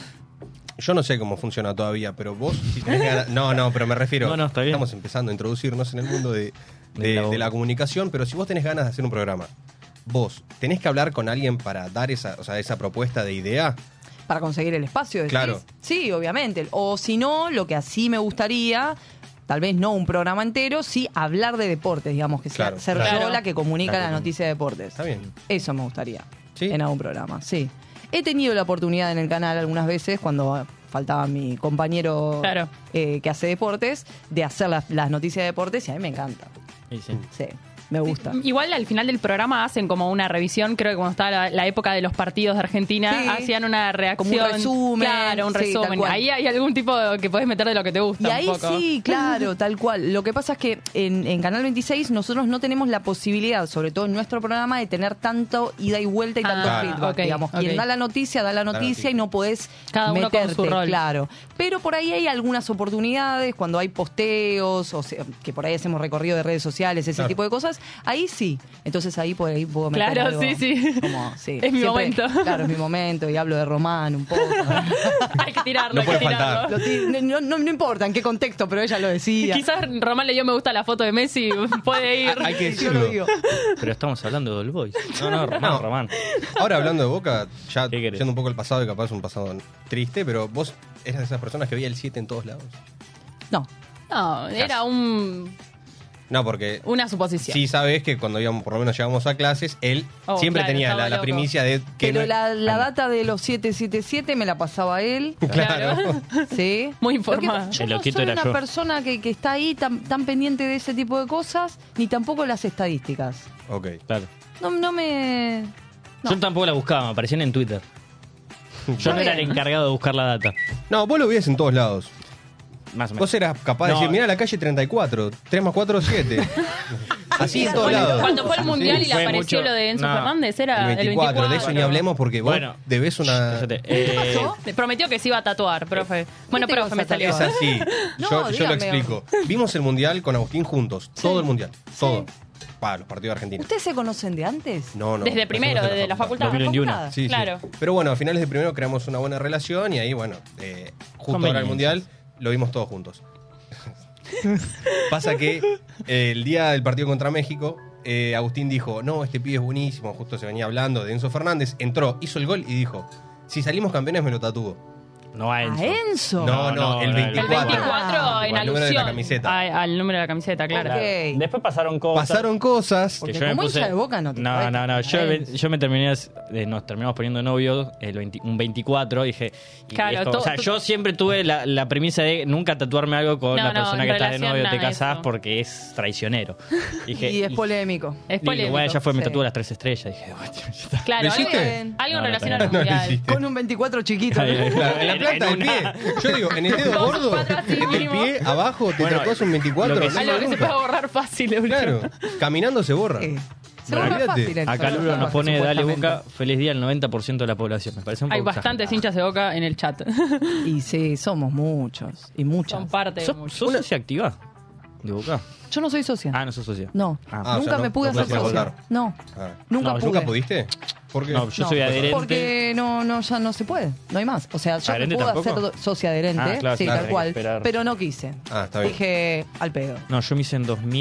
yo no sé cómo funciona todavía, pero vos, si tenés ganas... No, pero me refiero... No, está bien. Estamos empezando a introducirnos en el mundo de la comunicación, pero si vos tenés ganas de hacer un programa, vos tenés que hablar con alguien para dar esa propuesta de idea. Para conseguir el espacio, ¿decís? Claro. Sí, obviamente. O si no, lo que así me gustaría, tal vez no un programa entero, sí hablar de deportes, digamos, que sea Claro, ser claro. yo la que comunica Claro. la noticia de deportes. Está bien. Eso me gustaría. ¿Sí? En algún programa, sí. He tenido la oportunidad en el canal algunas veces, cuando faltaba mi compañero Claro. que hace deportes, de hacer las noticias de deportes y a mí me encanta. Sí, sí. Sí, me gusta. Igual al final del programa hacen como una revisión, creo que cuando estaba la época de los partidos de Argentina, Sí. hacían una reacción. Como un resumen. Claro, un Sí, tal resumen. cual. Ahí hay algún tipo que puedes meter de lo que te gusta. Y ahí un poco. sí, claro, tal cual. Lo que pasa es que en Canal 26 nosotros no tenemos la posibilidad, sobre todo en nuestro programa, de tener tanto ida y vuelta y tanto Claro. feedback. Ok, Digamos, ok. quien da la noticia y no podés Cada uno con meterte, su rol. claro. Pero por ahí hay algunas oportunidades, cuando hay posteos, o sea, que por ahí hacemos recorrido de redes sociales, ese Claro. tipo de cosas, ahí sí. Entonces ahí por ahí puedo meter Claro, algo sí. como, sí. Es mi momento. Claro, es mi momento y hablo de Román un poco. Hay que tirarlo, No hay que puede tirarlo. faltar. No importa en qué contexto, pero ella lo decía. Quizás Román le dio me gusta a la foto de Messi, puede ir. Hay que Yo lo decirlo. digo. Pero estamos hablando de All Boys. No, Román, No. Román. Ahora hablando de Boca, ya ¿Qué querés? yendo un poco al pasado y capaz un pasado triste, pero vos eras de esas personas que veía el 7 en todos lados. No. No, era No, porque una suposición. sí sabes que cuando íbamos, por lo menos llegábamos a clases, él Oh, siempre claro, tenía estaba la loco. primicia de que Pero no- la data de los 777 me la pasaba él. Claro. ¿Sí? Muy Lo que- informada. Yo El no loquito soy era una yo. persona que está ahí tan pendiente de ese tipo de cosas, ni tampoco las estadísticas. Ok. Claro. No me... No. Yo tampoco la buscaba, me aparecían en Twitter. Yo no era el bien. encargado de buscar la data. No, vos lo veías en todos lados. Más o menos. Vos eras capaz de No. decir, mira la calle 34, 3 más 4, 7. Así en todos lados. Cuando fue el mundial y le Fue apareció mucho- lo de Enzo no. Fernández, era El 24, de eso ni hablemos porque vos Bueno. debes una... Cállate. pasó? Le prometió que se iba a tatuar, profe. Bueno, te profe, ibas me a salió. Es así. No, yo lo dígame. explico. Vimos el mundial con Agustín juntos. Todo el mundial. Todo. Para los partidos de Argentina. ¿Ustedes se conocen de antes? No. Desde primero, hacemos en desde la facultad. 2021. Sí, Claro. sí. Pero bueno, a finales de primero creamos una buena relación y ahí, bueno, justo ahora el Conveniencias. mundial lo vimos todos juntos. Pasa que el día del partido contra México, Agustín dijo, no, este pibe es buenísimo, justo se venía hablando de Enzo Fernández, entró, hizo el gol y dijo, si salimos campeones me lo tatúo. No a Enzo. ¿A Enzo? No, el 24. El 24 Ah, en al número de la alusión camiseta. al número de la camiseta, claro. Ok. Después pasaron cosas. Pasaron cosas. Porque que yo me como puse- hincha de Boca no te No, podés no, no. quitar Yo me terminé, nos terminamos poniendo novios un 24, dije. y Claro, esto- todo- o sea, yo siempre tuve la premisa de nunca tatuarme algo con No, la no, persona en que estás de relación novio, te a casás eso. porque es traicionero. Dije, Y es polémico. Es y polémico. bueno, ya fue, me sí. tatué las 3 estrellas. Dije, bueno, ya está. Claro, ¿Lo algo, hiciste? algo No, en no, relación todavía al no lo mundial. hiciste. Con un 24 chiquito. Ahí, ahí. Claro, en la planta del En pie. una- Yo digo, en el dedo Dos, gordo, cuatro, así, en el mínimo. pie, abajo, te Bueno, tatuás un 24. lo que no sí- Algo lo que se nunca. puede borrar fácil, de Claro, caminando se borra. Sí. Se vuelve Olvídate. fácil eso, Acá ¿no? Lulo nos pone, dale Supuestamente. Boca, feliz día al 90% de la población. Me parece un Hay poco bastantes exagerado. hinchas de Boca en el chat. Y sí, somos muchos. Y muchas. Son parte de ¿Sos, mucho. sos socia activa de Boca? Yo no soy socia. Ah, no sos socia. No. Ah, o Nunca sea, no- me pude no hacer podés socia. votar. No. Ah. Nunca No, pude. ¿Nunca pudiste? ¿Por qué? No, yo No, soy adherente. Porque no, ya no se puede. No hay más. O sea, yo me ¿Adherente pude hacer tampoco? socia adherente, Ah, claro, sí, claro, hay tal que cual. esperar. Pero no quise. Ah, está bien. Dije al pedo. No, yo me hice en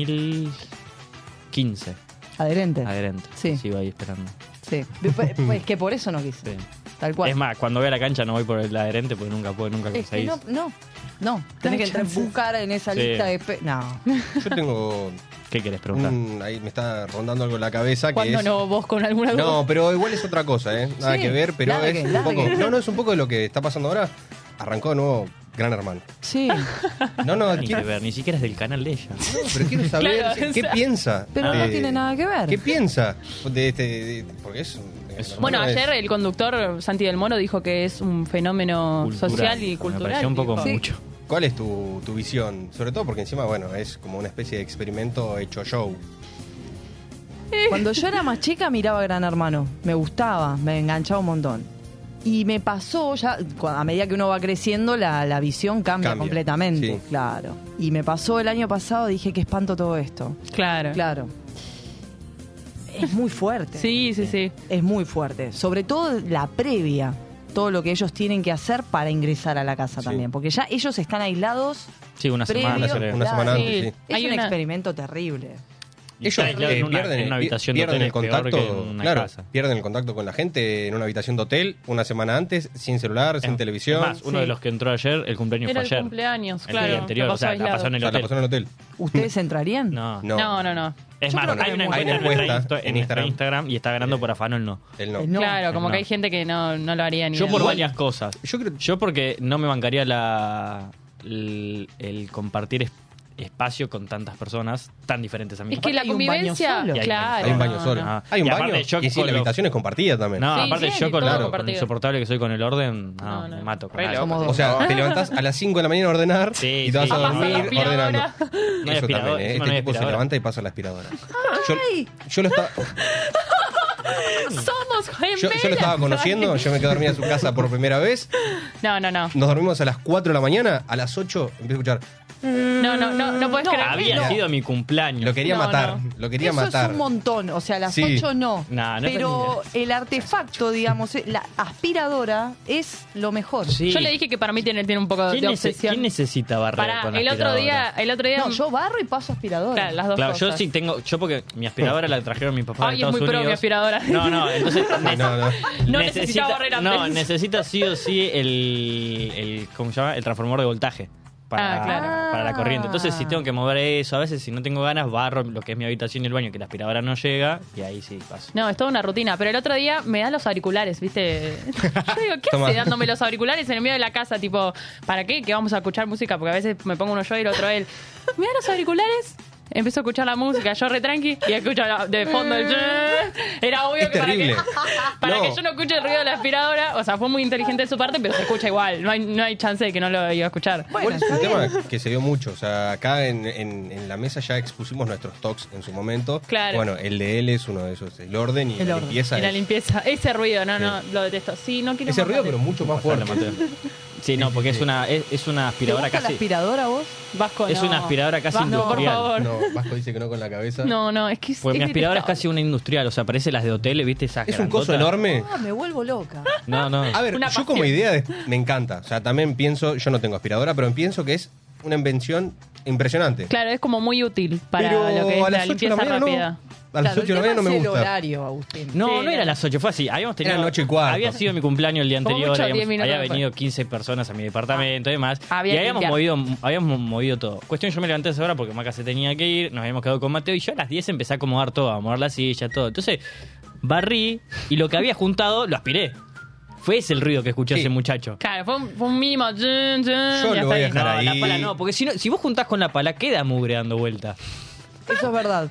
2015 Adherente. adherente. Sí. Sigo ahí esperando. Sí. Pues que por eso no quise. Sí. Tal cual. Es más, cuando voy a la cancha no voy por el adherente porque nunca Es que conseguís. no. Tenés que entrar, buscar en esa Sí. lista de... No. Yo tengo ¿Qué querés preguntar? ahí me está rondando algo en la cabeza que ¿Cuándo es... no vos con alguna duda? No, pero igual es otra cosa, ¿eh? Nada Sí, que ver, pero largue, es un largue. poco... No, es un poco de lo que está pasando ahora. Arrancó de nuevo Gran Hermano. Sí. No, Ni que quiero, ver, ni siquiera es del canal de ella. pero quiero saber Claro, qué o sea, piensa. Pero no tiene nada que ver. ¿Qué piensa de porque es... Bueno, es- ayer el conductor Santi del Moro dijo que es un fenómeno Cultural. social y Me cultural. pareció un poco dijo. Sí. mucho. ¿Cuál es tu visión? Sobre todo porque encima, bueno, es como una especie de experimento hecho show. Cuando yo era más chica miraba Gran Hermano. Me gustaba, me enganchaba un montón. Y me pasó ya, a medida que uno va creciendo, la visión cambia completamente. Sí. Claro. Y me pasó el año pasado, dije, qué espanto todo esto. Claro. Claro. Es muy fuerte. Sí. Es muy fuerte. Sobre todo la previa. Todo lo que ellos tienen que hacer para ingresar a la casa Sí. también. Porque ya ellos están aislados. Sí, una previo, semana. Una semana claro. antes, sí. Es Hay un una- experimento terrible. Y estar aislado en una habitación de pierden hotel el es peor contacto, que en una claro, casa. pierden el contacto con la gente en una habitación de hotel una semana antes, sin celular, sin televisión. Es más, uno Sí. de los que entró ayer, el cumpleaños Era fue el ayer. cumpleaños, El claro. día anterior, Lo o sea, pasó la pasó en O el sea, la hotel. pasó en el hotel. ¿Ustedes entrarían? No. No. Es Yo más, creo que hay una hay una encuesta encuesta en nuestro Instagram y está ganando por Afanol no. Él no. No. Claro, como No. que hay gente que no lo haría ni Yo de por broma. varias cosas. Yo porque no me bancaría el compartir espacio con tantas personas tan diferentes a mí. Es que la Hay un baño convivencia, solo. Y hay claro. Hay un baño no, solo. no. Hay un Y baño. aparte, yo Y sí, con la lo- habitación es compartida también. No, Sí, aparte sí, yo con todo lo compartido. insoportable que soy con el orden, No. me mato con Re algo. Somos O dos. sea, te levantás a las 5 de la mañana a ordenar Sí, y te vas sí. a A dormir pasar la aspiradora. ordenando. No hay Eso aspiradora, también, encima no este hay tipo se aspiradora. levanta y pasa la aspiradora. Yo lo estaba... Somos gemelas. Yo lo estaba conociendo, yo me quedé dormida en su casa por primera vez. No. Nos dormimos a las 4 de la mañana, a las 8 empiezo a escuchar. No puedes creer. Había No. sido mi cumpleaños. Lo quería No, matar, no. lo quería Eso matar. es un montón, o sea, a las Sí. 8 no. Nah, no pero el artefacto, digamos, la aspiradora es lo mejor. Sí. Yo le dije que para mí tiene un poco de obsesión. ¿Quién necesita barrer Pará, con la el otro día No, yo barro y paso aspiradora. Claro, las dos Claro, yo cosas. sí tengo, yo porque mi aspiradora la trajeron mis papás Ay, de es Estados muy pro Unidos. mi aspiradora. No, entonces No. No necesitaba barrer antes. No, necesita sí o sí el ¿cómo se llama? El transformador de voltaje. Para, Claro. para la corriente. Entonces, si tengo que mover eso, a veces si no tengo ganas, barro lo que es mi habitación y el baño, que la aspiradora no llega, y ahí sí paso. No, es toda una rutina. Pero el otro día me da los auriculares, ¿viste? Yo digo, ¿qué Toma. hace dándome los auriculares en el medio de la casa? Tipo, ¿para qué? Que vamos a escuchar música, porque a veces me pongo uno yo y el otro él. ¿Me da los auriculares? Empiezo a escuchar la música, yo re tranqui, y escucho de fondo el... Era obvio Es que terrible. para No. que yo no escuche el ruido de la aspiradora, o sea, fue muy inteligente de su parte, pero se escucha igual. No hay chance de que no lo iba a escuchar. Igual es un tema que se dio mucho. O sea, acá en la mesa ya expusimos nuestros talks en su momento. Claro. Bueno, el de él es uno de esos. El orden y El la orden. limpieza. Y la es- limpieza, ese ruido, no, lo detesto. Sí, no quiero Ese más ruido, Mateo. pero mucho más Dale, fuerte. Mateo. Sí, no, porque es una ¿Te aspiradora gusta la casi. aspiradora vos? Vasco, Es no. una aspiradora casi Vasco, industrial. por favor. No, Vasco dice que no con la cabeza. No, es que es, Pues mi aspiradora es detestable. casi una industrial, o sea, parece las de hoteles, ¿viste? Esas Es un coso grandotas. enorme. Ah, me vuelvo loca. No. A ver, Una yo como pasión. idea me encanta. O sea, también pienso, yo no tengo aspiradora, pero pienso que es una invención impresionante. Claro, es como muy útil para pero lo que es a la las 8 de la limpieza mañana rápida. no. A las 8 de la mañana no me el gusta. horario, Agustín. No, Sí, no era las 8, fue así. Habíamos tenido. Era las 8:15. Había sido mi cumpleaños el día Como anterior, mucho, 10 había minutos después. venido 15 personas a mi departamento y demás. Había Y que habíamos movido todo. Cuestión, yo me levanté a esa hora porque Maca se tenía que ir, nos habíamos quedado con Mateo y yo a las 10 empecé a acomodar todo, a mover la silla, todo. Entonces, barrí y lo que había juntado lo aspiré. Fue ese el ruido que escuché Sí. ese muchacho. Claro, fue un mínimo. Yo lo voy a dejar No, ahí. la pala no, porque si vos juntás con la pala, queda mugre dando vuelta. Eso es verdad.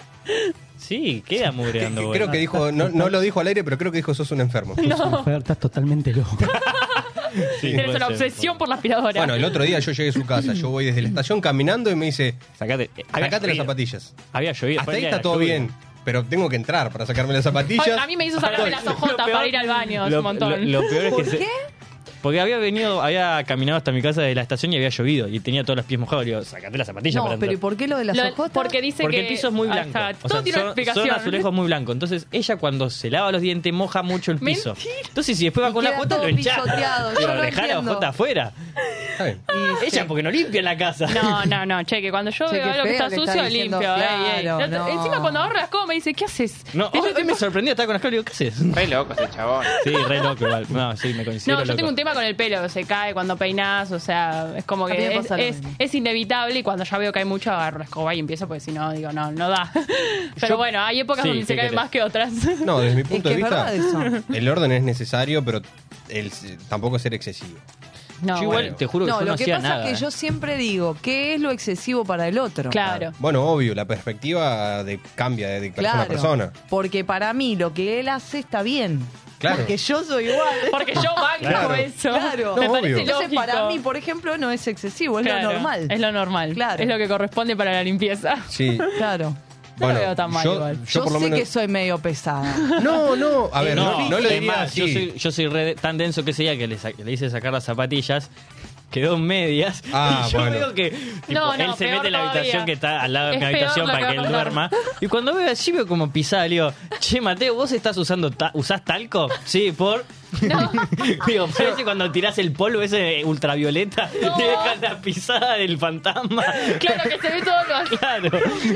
Sí, queda mugre dando vuelta. Creo que dijo, no lo dijo al aire, pero creo que dijo sos un enfermo. Fer, estás totalmente loco. Sí, Tienes puede una ser, obsesión por la aspiradora. Bueno, el otro día yo llegué a su casa, yo voy desde la estación caminando y me dice, Sacate sacate las zapatillas. Había llovido. Hasta fue el ahí día está de la todo lluvia. bien, pero tengo que entrar para sacarme las zapatillas. Ay, a mí me hizo sacarme las ojotas Lo peor- para ir al baño, es lo- un montón. Lo peor es ¿Por que qué? porque había caminado hasta mi casa de la estación y había llovido y tenía todos los pies mojados. Le digo, sacate las zapatillas No, para pero ¿y entrar. por qué lo de las ojotas? Porque dice Porque que el piso es muy Ahí blanco. está, O todo sea, tiene una son explicación. azulejos muy blancos. Entonces, ella cuando se lava los dientes moja mucho el piso. Mentira. Entonces, si después va Y con la queda jota, todo lo hinchás. pisoteado, yo Pero no dejá la entiendo. jota afuera. Está bien. Ella porque no limpia la casa. No, che, que cuando yo Che, veo qué algo que feo está que está sucio, diciendo, limpio. ey. claro, no. Encima cuando ahorras como me dice, ¿qué haces? No, hoy me sorprendió estar con las caras y digo, ¿qué haces? Re loco ese chabón. Sí, re loco igual. No, sí, me considero No, yo loco. tengo un tema con el pelo, se cae cuando peinás, o sea, es como A mí me que pasa lo es, mismo. es inevitable y cuando ya veo que hay mucho agarro la escoba y empiezo porque si no, digo, no da. Pero bueno, hay épocas Sí, donde se ¿qué caen querés? más que otras. No, desde mi Es punto que de es vista, verdad eso. el orden es necesario, pero tampoco ser excesivo. No, Yo igual bueno. te juro que No, yo no lo que hacía pasa nada. es que yo siempre digo, ¿qué es lo excesivo para el otro? Claro. Bueno, obvio, la perspectiva cambia de persona a Claro, persona. porque para mí lo que él hace está bien. Claro. Porque yo soy igual. Porque yo banco Claro. eso. Claro. Me No, parece obvio. Entonces, lógico. para mí, por ejemplo, no es excesivo, es Claro, lo normal. Es lo normal. Claro. Es lo que corresponde para la limpieza. Sí. Claro. No lo veo tan mal igual. Yo por lo sé menos... que soy medio pesada. No, a ver, no lo es diría más, así. yo soy tan denso que ese día que le hice sacar las zapatillas, quedó en medias. Ah, y yo bueno. veo que tipo, No, él se peor mete en la habitación todavía. que está al lado de Es mi habitación peor lo para que que va a él pasar. duerma. Y cuando veo así, veo como pisada, le digo, che, Mateo, ¿vos estás usás talco? Sí, por... Digo, parece cuando tirás el polvo ese ultravioleta No. y dejas la pisada del fantasma. Claro que se ve todo lo así. Claro.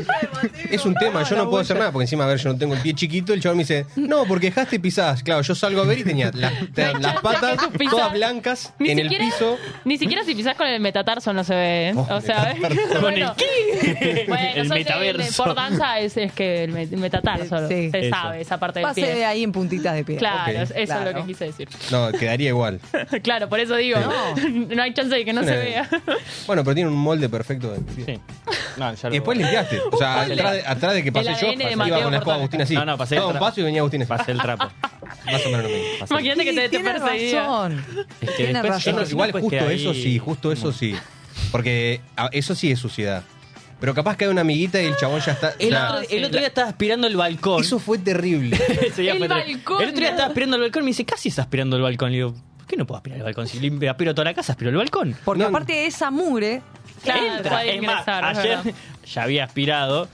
Es un tema, yo no puedo hacer nada, porque encima, a ver, yo no tengo el pie chiquito, el chaval me dice, no, porque dejaste pisadas. Claro, yo salgo a ver y tenía las patas tus pisadas. todas blancas Ni en siquiera, el piso. Ni siquiera si pisás con el metatarso no se ve. ¿eh? Oh, O sea, metatarso. Con el ¿qué? Bueno, El soy metaverso. por danza es que el metatarso Sí. se Eso. sabe, esa parte del Pase de pie. ahí en puntitas de pie. Claro, Ok, eso es claro. lo que quise decir. No, quedaría igual. Claro, por eso digo, no hay chance de que no Es se una- vea. Bueno, pero tiene un molde perfecto de pie. Sí. No, ya Y después limpiaste. O sea, atrás de que pasé El yo, ADN de iba Mateo con la escoba Portal. Agustín así. No, pasé Daba el un tra- paso y venía Agustín así. Pasé el trapo. Más o menos lo mismo. Pasé- Imagínate que Sí, te tiene perseguía. razón. Es que Tiene después razón. Yo no, igual Después justo queda eso ahí sí, justo eso sí. Porque eso sí es suciedad. Pero capaz que hay una amiguita y el chabón ya está. El, ya- el otro día estaba aspirando el balcón. Eso fue terrible. Ese día El fue terrible. balcón, El otro día ¿no? estaba aspirando el balcón y me dice, casi estás aspirando el balcón. Le digo, ¿por qué no puedo aspirar el balcón? Si limpio, aspiro toda la casa, aspiro el balcón. Porque No, aparte de esa mugre, Claro, Entra. puede Es más, ingresar, es ayer verdad. ya había aspirado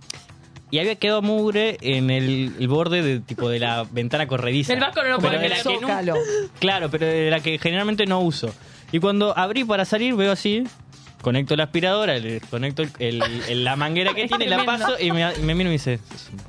y había quedado mugre en el borde de tipo de la ventana corrediza. El vasco no lo Pero puede de la creer. que no- Zócalo. Claro, pero de la que generalmente no uso. Y cuando abrí para salir, veo así, conecto la aspiradora, le conecto la manguera que tiene, la Tremendo. paso y me miro y me dice,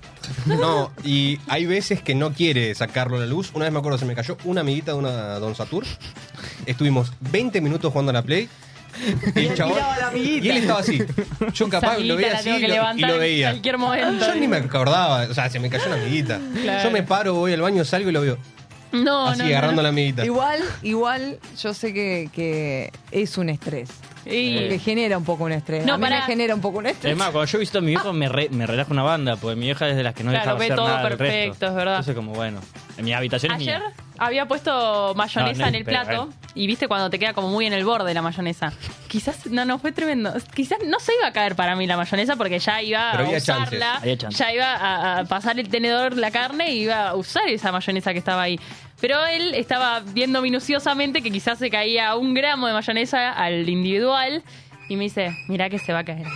No, y hay veces que no quiere sacarlo a la luz. Una vez me acuerdo, se me cayó una amiguita de una Don Satur. Estuvimos 20 minutos jugando a la Play. Y el chabón. miraba a la amiguita. Y él estaba así. Yo capaz Esa lo veía amiguita la así tengo que y levantar lo en veía. cualquier momento. Yo ni me acordaba. O sea, se me cayó una amiguita. Claro. Yo me paro, voy al baño, salgo y lo veo. No, Así, no, agarrando a no. la amiguita. igual yo sé que es un estrés. Y- Porque genera un poco un estrés. No, a mí me pará. genera un poco un estrés. es más, cuando yo visito a mi viejo me relaja una banda, porque mi vieja es de las que no Claro, dejaba ve hacer todo nada del perfecto, resto. es verdad. Entonces como, bueno, en mi habitación es Ayer mía. había puesto mayonesa No, no, en el pero, plato y viste cuando te queda como muy en el borde la mayonesa. Quizás, no fue tremendo. Quizás no se iba a caer para mí la mayonesa porque ya iba Pero a había usarla. chances. Había chances. Ya iba a pasar el tenedor la carne y iba a usar esa mayonesa que estaba ahí. Pero él estaba viendo minuciosamente que quizás se caía 1 gramo de mayonesa al individual y me dice, mirá que se va a caer.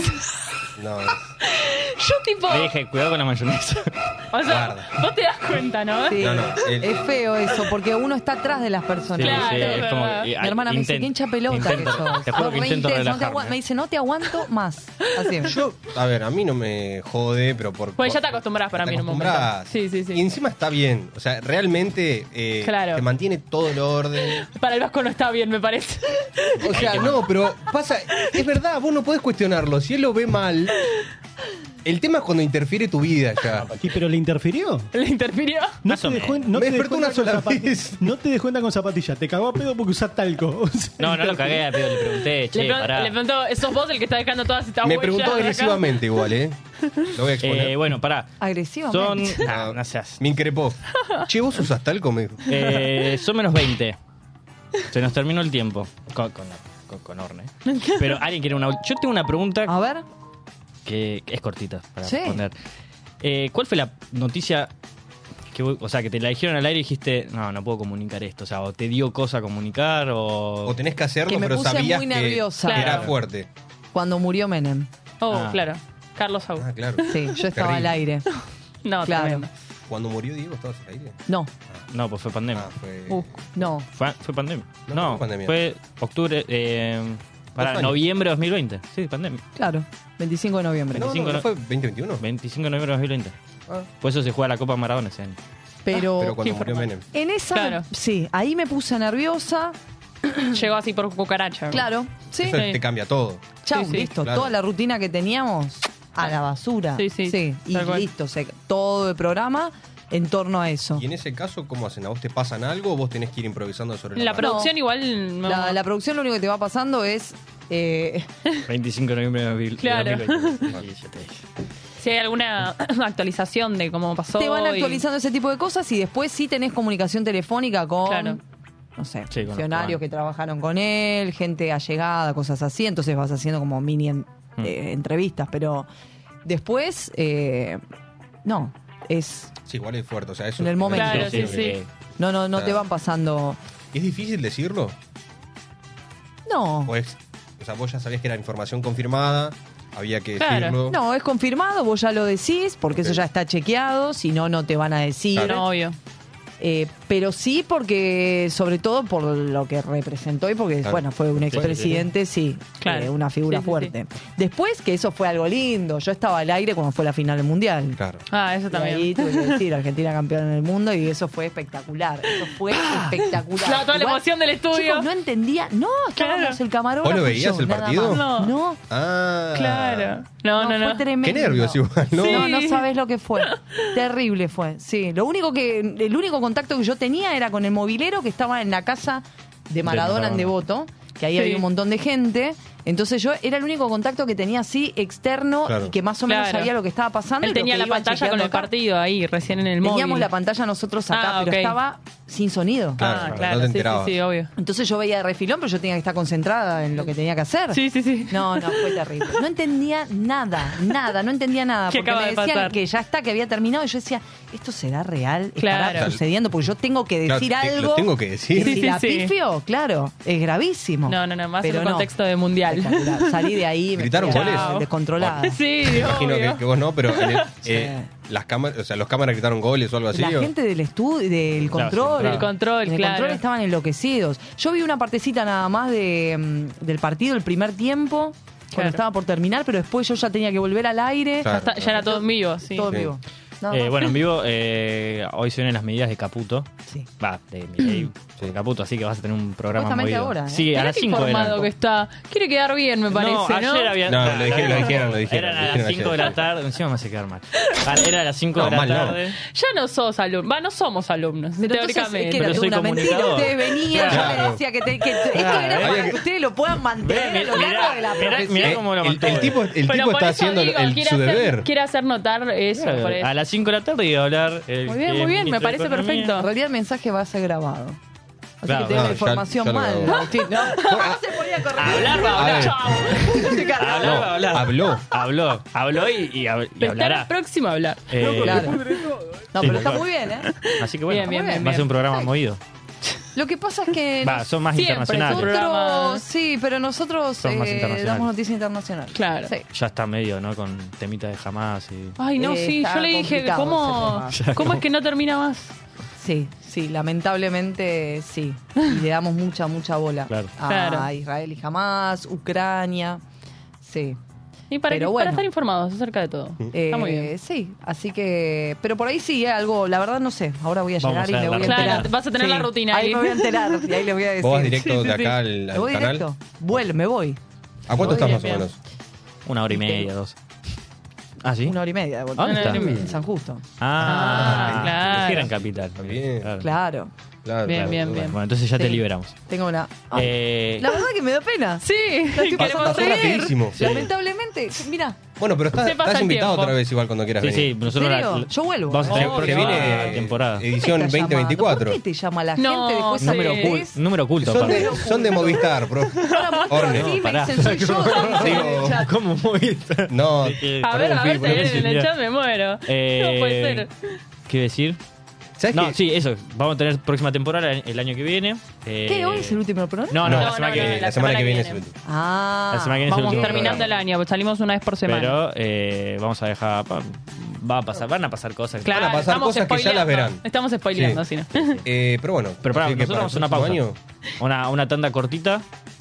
No, Yo tipo... Le dije, cuidado con la mayonesa. O sea, Guarda. vos te das cuenta, ¿no? Sí, No, es feo eso, porque uno está atrás de las personas. Claro, es como verdad. que- Mi hermana me dice, qué hincha pelota que intento- sos. Te juro Sos que re intento intenso, relajarme. me dice, no te aguanto más. Así. yo, a ver, a mí no me jode, pero por. Pues ya te acostumbrás para te mí en un momento. acostumbrás. Sí, sí, sí. Y encima está bien. O sea, realmente Claro. te mantiene todo el orden. Para el Vasco no está bien, me parece. O sea, no, pero pasa. Es verdad, vos no podés cuestionarlo. Si él lo ve mal. El tema es cuando interfiere tu vida ya. Sí, pero le interfirió. ¿Le interfirió? No Más te o dejó, menos. no Me te despertó dejó una entrar sola con vez. No te dejó entrar con zapatilla. Te cagó a pedo porque usás talco. O sea, No, no lo cagué, pero le pregunté, che, pará. Le preguntó, ¿sos vos el que está dejando todas estas Me huellas preguntó acá? agresivamente igual, ¿eh? Lo voy a exponer. Bueno, pará. Agresivamente. Son. No seas. Me increpó. Che, vos usás talco, me dijo. Son menos 20. Se nos terminó el tiempo. Con Orne. Pero alguien quiere una. Yo tengo una pregunta A ver, que es cortita para Sí. responder. ¿Cuál fue la noticia o sea, que te la dijeron al aire y dijiste, no puedo comunicar esto? O sea, o te dio cosa comunicar o... O tenés que hacerlo, Que me pero puse sabías muy que nerviosa. era Claro. fuerte. cuando murió Menem. Oh, Ah. claro. Carlos Saúl. Ah, claro. Sí, yo estaba Terrible. al aire. No, Claro. tremendo. Cuando murió Diego, ¿estabas al aire? No, No, pues fue pandemia. Ah, fue... no. ¿Fue pandemia? No, No, fue pandemia. fue octubre... para 2 años. noviembre de 2020. Sí, pandemia. Claro, 25 de noviembre. No, 25 no, ¿no fue 2021? 25 de noviembre de 2020. Ah, Por eso se juega la Copa Maradona ese año. Pero, pero cuando qué murió informal. Menem. en esa, Claro. sí, ahí me puse nerviosa. Llegó así por cucaracha. Claro, sí. Eso te cambia todo. Chau, Sí, sí. listo. Claro. Toda la rutina que teníamos a la basura. Sí, sí, Y tal cual. listo, todo el programa en torno a eso. Y en ese caso, ¿cómo hacen? ¿A vos te pasan algo o vos tenés que ir improvisando sobre la La marcha? producción igual... no- La producción lo único que te va pasando es 25 de noviembre de Claro. 2020. Y yo te dije. Si hay alguna actualización de cómo pasó. Te van y- actualizando ese tipo de cosas y después sí tenés comunicación telefónica con, Claro. no sé, Sí, con los funcionarios cubanos. que trabajaron con él, gente allegada, cosas así. Entonces vas haciendo como mini entrevistas, pero después, no, es... Sí, igual es fuerte. O sea, eso En el momento. Claro, sí. No te van pasando... ¿Es difícil decirlo? No. Pues, o sea, vos ya sabías que era información confirmada, había que Claro. decirlo. No, es confirmado, vos ya lo decís, porque Ok. eso ya está chequeado, si no, no te van a decir. Claro. No, obvio. Pero sí porque, sobre todo por lo que representó y porque, Claro. bueno, fue un expresidente, sí, Claro. una figura Sí, sí, fuerte. Después que eso fue algo lindo, yo estaba al aire cuando fue la final del Mundial. Claro. Ah, eso Y también. ahí tuve que decir, Argentina campeona en el mundo y eso fue espectacular. Eso fue espectacular. Claro, toda la Igual, emoción del estudio. chicos, no entendía. No, estábamos Claro. el camarógrafo. ¿Vos lo y veías yo, el nada partido? más. No. No. Ah. Claro. No. Fue tremendo. Qué nervios igual, ¿no? Sí. No sabes lo que fue. Terrible fue. Sí, el único contacto que yo tenía era con el movilero que estaba en la casa de Maradona en Devoto, que ahí Sí. había un montón de gente. Entonces yo era el único contacto que tenía así externo Claro. y que más o menos Claro. sabía lo que estaba pasando. Él y lo tenía que la iba pantalla con chequeando el acá. partido ahí, recién en el móvil. Teníamos la pantalla nosotros acá, Ah, pero ok. estaba sin sonido. Claro, Ah, no claro, te sí, enterabas. sí, obvio. Entonces yo veía de refilón, pero yo tenía que estar concentrada en lo que tenía que hacer. Sí. No, fue terrible. No entendía nada, no entendía nada. ¿Qué Porque acaba me de decían pasar? que ya está, que había terminado. Y yo decía, ¿esto será real? ¿Estará Claro. sucediendo? Porque yo tengo que Claro, decir te- algo. lo tengo que Y decir. si Sí, la sí. pifio, claro, es gravísimo. No, más Pero en el no. contexto de mundial. Espectacular. Salí de ahí. ¿Gritaron fui goles? descontrolada. Sí, Me imagino obvio. que vos no, pero Sí. las cámaras, o sea, los cámaras gritaron goles o algo así. La ¿o? gente del estudio, del control. Claro, El control, del claro. control estaban enloquecidos. Yo vi una partecita nada más del partido, el primer tiempo, cuando Claro. estaba por terminar, pero después yo ya tenía que volver al aire. Claro. Ya era todo en vivo, sí. Todo en Sí. vivo. Nada más. Bueno, en vivo, hoy se vienen las medidas de Caputo. Sí. Va, de Milei por Caputo, así que vas a tener un programa Supuestamente movido. ahora, ¿eh? Sí, a Mirá las qué 5 de la informado que está. Quiere quedar bien, me parece, ¿no? ayer había... No, lo dijeron. Eran a las 5 de la tarde, encima me hace quedar mal. Era a las 5 No, de la mal no. tarde. Ya no sos alumno. Va, no somos alumnos, Pero entonces, teóricamente. es que era Pero toda soy una mentira. comunicador. Ustedes venían, yo Claro. les decía que esto Claro, era había para que que- ustedes lo puedan mantener a lo largo de la profesión. Mirá cómo lo El mantuve. tipo Pero está por eso haciendo digo, quiere su hacer- deber. Quiere hacer notar eso. Claro, por eso. a las 5 de la tarde iba a hablar. Muy bien, me ministro de parece Economía. perfecto. En realidad el mensaje va a ser grabado. Así Claro, que tenés no, la información ya lo mal. grabó. Agustín, ¿no? Se ponía a correr. Hablar va a A hablar. ver. Chao. Se cargaba. Hablar va a hablar. Habló. y Está hablará. próximo a hablar. Claro. No, Sí, pero está claro. muy bien, ¿eh? Así que bueno, Bien, va a ser un programa movido. Lo que pasa es que Va, son más Siempre, internacionales. son programa- sí, pero nosotros Son más internacionales. damos noticia internacional. Claro. Sí. Ya está medio, ¿no? Con temita de jamás y... Ay, no, sí, Está yo le dije, complicado ¿cómo, ese tema. ¿cómo es que no termina más? Sí, lamentablemente sí. Y le damos mucha bola Claro. a Claro. Israel y Hamas, Ucrania. Sí. Y para, Pero para bueno. estar informados acerca de todo. Está muy bien. Sí, así que. Pero por ahí sí, algo, la verdad no sé. Ahora voy a Vamos llegar y a me ver voy la a Claro, enterar. vas a tener la rutina ahí. ahí. Me voy a enterar y ahí les voy a decir. ¿Vos vas directo Sí, de sí, acá sí. al Me voy canal? directo. Me voy. ¿A cuánto estás Bien, más o bien. menos? Una hora y media, 2. ¿Ah, sí? 1 hora y media de vuelta. ¿Dónde está? En San Justo. claro. Era en Capital. Bien. Claro. Claro, Bien, claro. bien, bien. Bueno, entonces ya te Sí. liberamos. Tengo una. Ay, La la verdad que me da pena. Sí, estoy queremos pasando seguir. rapidísimo. Sí. Lamentablemente, mira, Bueno, pero Se pasa estás el invitado tiempo. otra vez igual cuando quieras Sí, venir. sí, nosotros serio? Yo vuelvo. Vamos a tener Obvio. Porque próxima viene temporada. edición ¿Qué me está llamando? 2024. ¿Por qué te llama la No, gente después sí. Número, apareces? número oculto. Son aparte. de, son de Movistar, bro. Ahora muestro Orne. así, No, me pará. dicen, soy yo. Digo, ¿Cómo muy? No, A ver, Poneme si vienen en el mira. chat me muero. No puede ser. ¿Qué decir? ¿sabes No, qué? sí, eso. Vamos a tener próxima temporada el año que viene. ¿Qué? ¿Hoy es el último programa? No, No, la semana que viene. la semana que viene es el último. Ah, La semana que viene es el Vamos último terminando programa. el año, pues salimos una vez por semana. Pero vamos a dejar... van a pasar cosas. Claro, Van a pasar estamos cosas que ya las spoileando. verán. Estamos spoileando, Sí. si no. Pero bueno, Pero pará, así que nosotros vamos a una el pausa. próximo año, Una tanda cortita.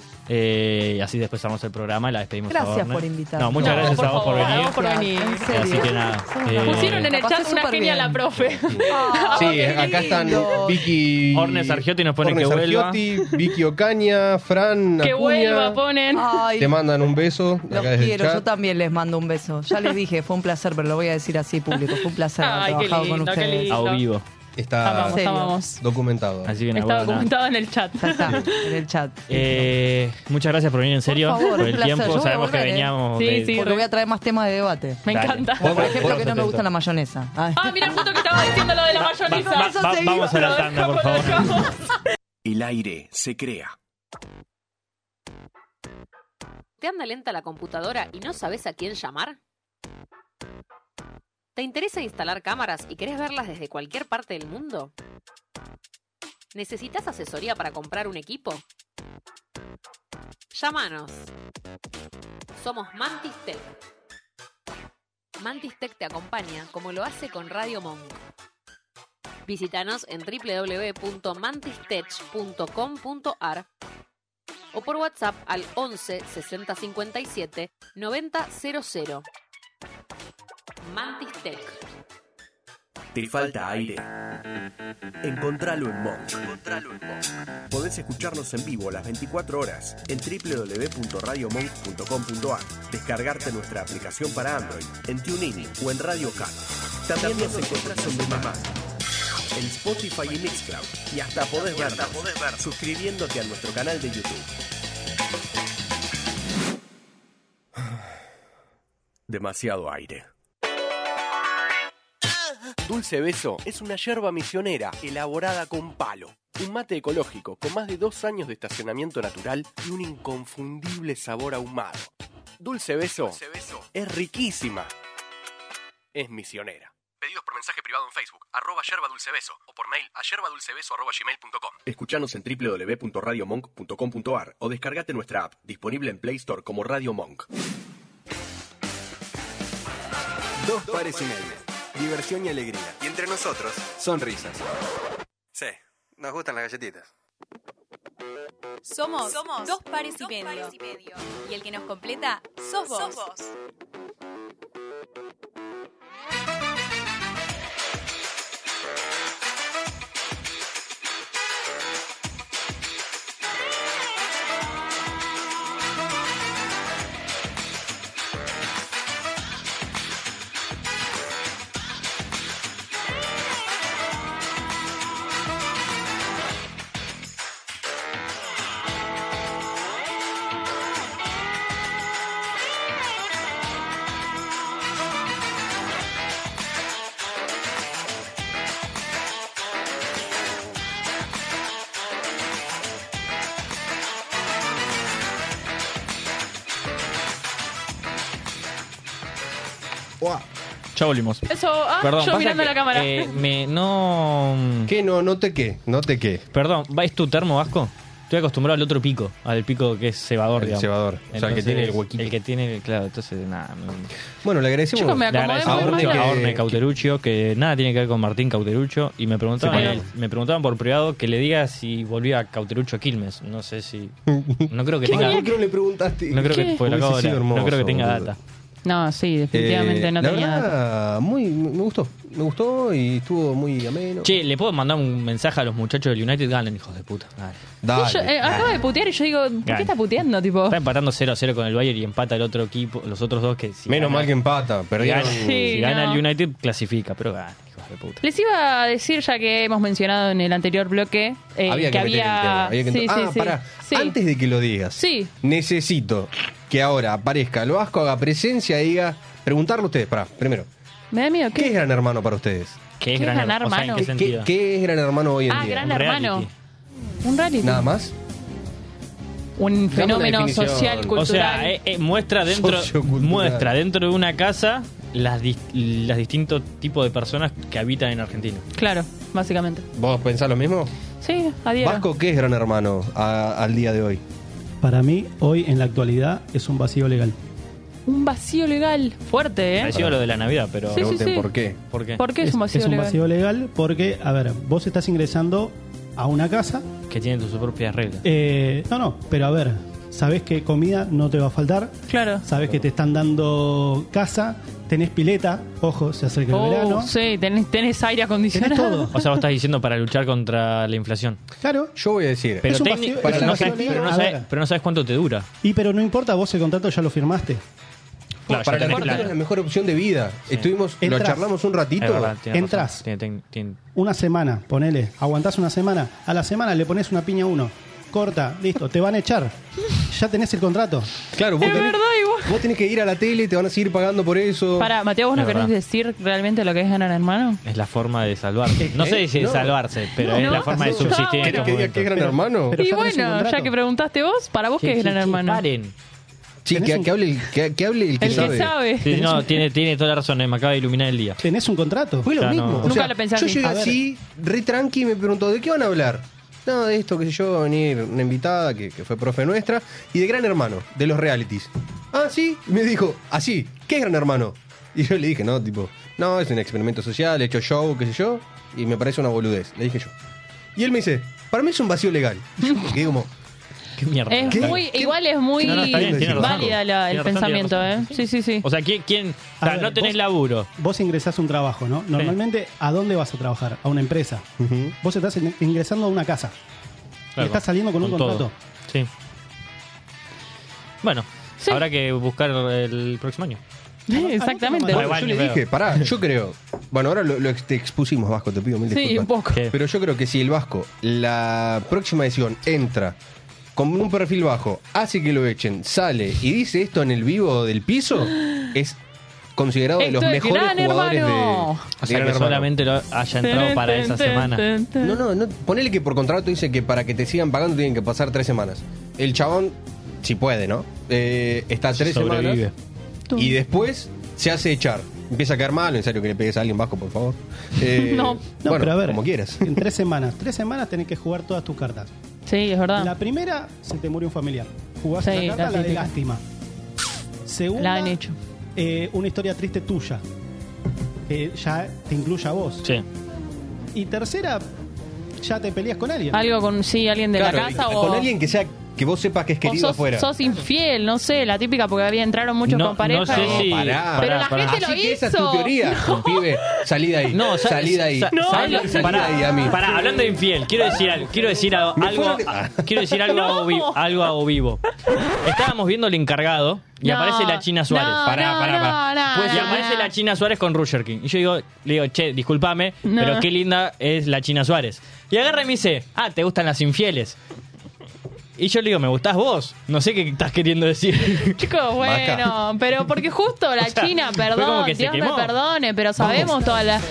Y así después damos el programa y la despedimos a Gracias Orne. por invitarme. No, muchas No, gracias por a vos por favor, venir. a vos por venir. En serio. Así que nada. Pusieron en el La pasé chat una súper genia a la bien. profe. Sí, qué acá están lindo. Vicky. Orne Sargiotti nos pone Orne que vuelva. Sargiotti, Vicky Ocaña, Fran. Que Acuña. vuelva, ponen. Ay, Te mandan un beso. los acá desde el quiero, chat. yo también les mando un beso. Ya les dije, fue un placer, pero lo voy a decir así público. Fue un placer haber Ay, qué trabajado con lindo, qué ustedes. lindo. A vivo. está Amamos. documentado. Así que no, Está bueno, nada. documentado en el chat. Ya está, en el chat. Muchas gracias por venir en serio, Por favor, por un el placer. tiempo. Yo voy a Sabemos que volver, veníamos Sí, de... sí. Porque voy a traer más temas de debate. Me Dale. encanta. Por ejemplo, que no me Perfecto. gusta la mayonesa. Ay. Ah, mira justo que estaba diciendo lo de la mayonesa. Vamos a la tanda, por favor. El aire se crea. ¿Te anda lenta la computadora y no sabes a quién llamar? ¿Te interesa instalar cámaras y querés verlas desde cualquier parte del mundo? ¿Necesitas asesoría para comprar un equipo? Llámanos. Somos Mantis Tech. Mantis Tech te acompaña como lo hace con Radio Monk. Visítanos en www.mantistech.com.ar o por WhatsApp al 11 60 57 90 00. Mantis Tech. ¿Te falta aire? Encontralo en Monk. Podés escucharnos en vivo las 24 horas en www.radiomonk.com.ar. Descargarte nuestra aplicación para Android en TuneIn o en Radio Cat. También nos encontrás en demand en Spotify y Mixcloud. Y hasta podés vernos suscribiéndote a nuestro canal de YouTube. Demasiado aire. Dulce Beso es una yerba misionera elaborada con palo. Un mate ecológico con más de 2 años de estacionamiento natural y un inconfundible sabor ahumado. Dulce Beso es riquísima. Es misionera. Pedidos por mensaje privado en Facebook, @yerbadulcebeso o por mail a yerbadulcebeso@gmail.com. Escuchanos en www.radiomonk.com.ar o descargate nuestra app, disponible en Play Store como Radio Monk. 2 pares y medio. Diversión y alegría. Y entre nosotros, sonrisas. Sí, nos gustan las galletitas. Somos 2 pares y medio. Y el que nos completa sos vos. Ya volvimos. Eso, Perdón, yo pasa mirando que, la cámara. No te qué. Perdón, ¿va es tu termo, Vasco? Estoy acostumbrado al otro pico, al pico que es cebador, El digamos. cebador, o sea, el que tiene el huequito. El que tiene, claro, entonces nada. Bueno, le agradecemos. Chicos, me Le acomodé agradecemos muy mucho mal. a Orne Cauteruccio, que nada tiene que ver con Martín Cauteruccio, y me preguntaban, me preguntaban por privado que le diga si volvía a Cauteruccio a Quilmes. No sé si... No creo que tenga... ¿Por qué no le preguntaste? No creo que, ¿Qué? porque lo acabo de Hubiese sido leer. No hermoso, creo que tenga boludo. data. No, sí, definitivamente no la tenía data. verdad, me gustó. Me gustó y estuvo muy ameno. Che, ¿le puedo mandar un mensaje a los muchachos del United? Ganen, hijos de puta. Dale. Sí, yo, acaba de putear y yo digo, ¿por Gane. qué está puteando? Tipo, Está empatando 0-0 con el Bayern y empata el otro equipo, los otros dos que... Si Menos gana- mal que empata. si Perdieron. gana, Sí, si gana no. el United, clasifica, pero gana, hijos de puta. les iba a decir, ya que hemos mencionado en el anterior bloque, Había que meter el tema, había que Sí, entrar. sí, sí. Pará. Sí. Antes de que lo digas, Sí. necesito que ahora aparezca el Vasco, haga presencia y diga, preguntarle a ustedes, primero, Me da miedo. ¿qué es Gran Hermano para ustedes? ¿Qué es ¿Qué es Gran Gran Hermano? O sea, ¿en Hermano? qué sentido? ¿Qué es Gran Hermano hoy en día? Gran Un Hermano. reality. Un reality. ¿Nada más? Un fenómeno definición. social, cultural. O sea, muestra dentro Sociocultural. de una casa las distintos tipos de personas que habitan en Argentina. Claro, básicamente. ¿Vos pensás lo mismo? Sí, adiós. Vasco, ¿qué es Gran Hermano al día de hoy? Para mí, hoy en la actualidad, es un vacío legal. Un vacío legal fuerte, ¿eh? Parecido a lo de la Navidad, pero... Sí, Pregunten sí. por qué. ¿Por qué? ¿Por qué es un vacío Es un legal? vacío legal porque, a ver, vos estás ingresando a una casa. Que tienen sus propias reglas. No, pero a ver, sabés que comida no te va a faltar. Claro. Sabés que te están dando casa. Tenés pileta. Ojo, se acerca el verano. Sí, tenés aire Tenés acondicionado. todo. O sea, vos estás diciendo para luchar contra la inflación. Claro. Yo voy a decir, Pero, Es un técnic- vacío- pero es un no vacío sabes, legal. pero no A sabes- ver. pero no sabes cuánto te dura. Pero no importa, vos el contrato ya lo firmaste. Claro, para ya la tenés Argentina claro. es la mejor opción de vida. Lo Entrás. charlamos un ratito. Es verdad, tiene Entras. razón. Una semana, ponele, aguantás una semana, a la semana le pones una piña a uno, corta, listo, te van a echar. Ya tenés el contrato. Claro, vos Es tenés, verdad, igual. vos tenés que ir a la tele, te van a seguir pagando por eso. Para, Mateo, ¿vos no Es querés verdad. decir realmente lo que es Gran Hermano? Es la forma de salvarse. No sé si de No. salvarse, pero No, es no, la forma de no. subsistir en ¿Querés estos que diga que es momentos. Gran Hermano? pero Y ya tenés un bueno, contrato. ya que preguntaste vos, ¿para vos qué es Gran Hermano? Paren. Sí, tenés un- que hable que hable el que El sabe. que sabe. Sí, no, tiene toda la razón, me acaba de iluminar el día. Tenés un contrato. Fue lo Ya mismo. no. O Nunca sea, lo pensé yo así. llegué A ver. así, re tranqui, y me preguntó, ¿de qué van a hablar? No, de esto, que sé yo, va a venir una invitada que fue profe nuestra, y de Gran Hermano, de los realities. Ah, sí, y me dijo, así, ¿qué es Gran Hermano? Y yo le dije, no, tipo, no, es un experimento social, he hecho show, qué sé yo, y me parece una boludez, le dije yo. Y él me dice, para mí es un vacío legal. Y yo me quedé como, Qué mierda. Es ¿Qué? muy, ¿Qué? igual es muy No, está bien, tiene razón. válida el Tiene razón, pensamiento, tiene ¿eh? razón. Sí. O sea, ¿quién? O A sea, ver, no tenés vos- laburo. Vos ingresás a un trabajo, ¿no? Normalmente, ¿a dónde vas a trabajar? A una empresa. ujú. Vos estás ingresando a una casa. Claro, y estás saliendo con un todo. contrato. Sí. Bueno, Sí. habrá que buscar el próximo año. Exactamente. Bueno, Yo le veo. dije, pará, yo creo, bueno, ahora te expusimos, Vasco, te pido mil Sí, disculpas. un poco. ¿Qué? Pero yo creo que si el Vasco, la próxima edición, entra con un perfil bajo, hace que lo echen, sale y dice esto en el vivo del piso, es considerado de los Esto es mejores Gran jugadores Hermano. O de sea, Gran que Hermano. solamente lo haya entrado para esa semana. No, ponele que por contrato dice que para que te sigan pagando tienen que pasar 3 semanas. El chabón, si puede, ¿no? Está 3 Sobrevive. semanas y después se hace echar. Empieza a quedar mal, en serio que le pegues a alguien, Vasco, por favor. No. No, bueno, pero a ver, como quieras. en 3 semanas. 3 semanas tenés que jugar todas tus cartas. Sí, es verdad. La primera, se te murió un familiar. Jugás Sí, una carta, la la de típica. lástima. Segunda, La han hecho. una historia triste tuya. Que ya te incluye a vos. Sí. Y tercera, ya te peleas con alguien. Algo con, alguien de Claro, la casa con o... alguien que vos sepas que es o querido sos, afuera. sos infiel, no sé, la típica porque había entraron muchos No, con pareja. no sé y- si... pará. Pero la gente Así lo que esa es hizo. tu teoría, pibe. Salí de ahí. No, salí de ahí. No, salí, no. salí de ahí a mí. Pará, hablando de infiel, quiero decir algo, Me algo fueron- quiero decir algo No. algo a vivo. Estábamos viendo El Encargado y No, aparece la China Suárez. no, no, Pues y no, aparece no. la China Suárez con Roger King. Y yo le digo, che, discúlpame, No. pero qué linda es la China Suárez. Y agarra y me dice, ¿te gustan las infieles? Y yo le digo, ¿me gustás vos? No sé qué estás queriendo decir. Chicos, bueno, pero porque justo la O sea, China, fue como perdón, que se Dios me quemó. perdone, pero sabemos toda la...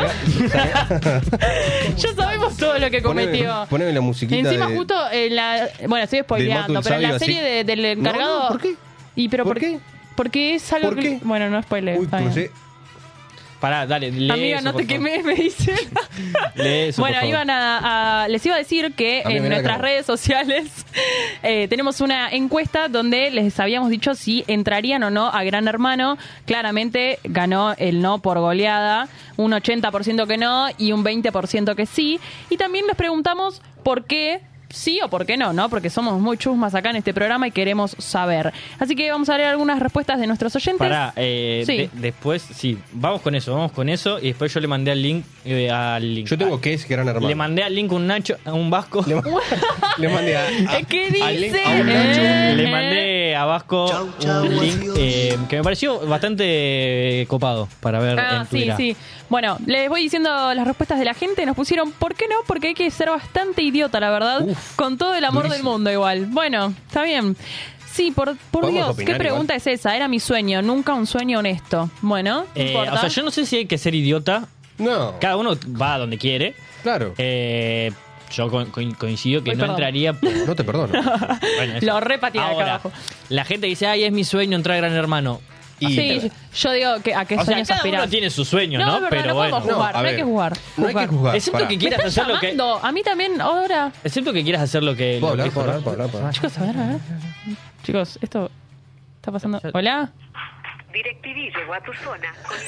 Ya sabemos todo lo que cometió. Poneme la musiquita. Encima de- justo en la... Bueno, estoy spoileando, Mato pero el en la Sabio, serie así. del encargado... No, ¿por qué? ¿Y pero ¿Por qué? Porque es algo ¿Por que... qué? Bueno, no spoileo. Uy, está bien. crucé. Pará, dale, lee Amiga, eso, no por te favor. quemes, me dicen. Lee eso, Bueno, por favor. iban les iba a decir que A mí en me da nuestras calor. redes sociales tenemos una encuesta donde les habíamos dicho si entrarían o no a Gran Hermano. Claramente ganó el no por goleada, un 80% que no y un 20% que sí. Y también les preguntamos por qué sí o por qué no, ¿no? Porque somos muy chusmas acá en este programa y queremos saber. Así que vamos a leer algunas respuestas de nuestros oyentes. Pará, Sí. después, sí, vamos con eso. Y después yo le mandé al link. Yo tengo que es Gran Hermano. Le mandé al link un Nacho, a un Vasco. Le mandé a ¿Qué al link dice? a un Nacho. Le mandé a Vasco un link que me pareció bastante copado para ver en Sí, Twitter. sí. Bueno, les voy diciendo las respuestas de la gente. Nos pusieron, ¿por qué no? Porque hay que ser bastante idiota, la verdad. Con todo el amor durísimo. del mundo igual. Bueno, está bien. Sí, por Podemos Dios, opinar ¿qué pregunta es esa? Era mi sueño, nunca un sueño honesto. Bueno, no importa. O sea, yo no sé si hay que ser idiota. No, Cada uno va a donde quiere. claro. Yo coincido que Ay, no perdón. entraría. No te perdono. Bueno, eso. Lo repatina acá Ahora, abajo. la gente dice, ay, es mi sueño entrar a Gran Hermano. Y- Sí, yo digo que a qué O sea, sueños cada aspirás. uno tiene su sueño, No, ¿no? es verdad, Pero no bueno. podemos jugar, No, a no hay ver, que jugar. No hay que jugar. Excepto Pará. que ¿Me quieras están hacer lo que. llamando? A mí también, ahora. Excepto que quieras hacer lo que. ¿Puedo lo hablar? que ¿Puedo dijo hablar? ¿Puedo hablar? ¿Puedo hablar? Chicos, a ver. Chicos, esto está pasando. ¿Hola? DirecTV llegó a tu zona.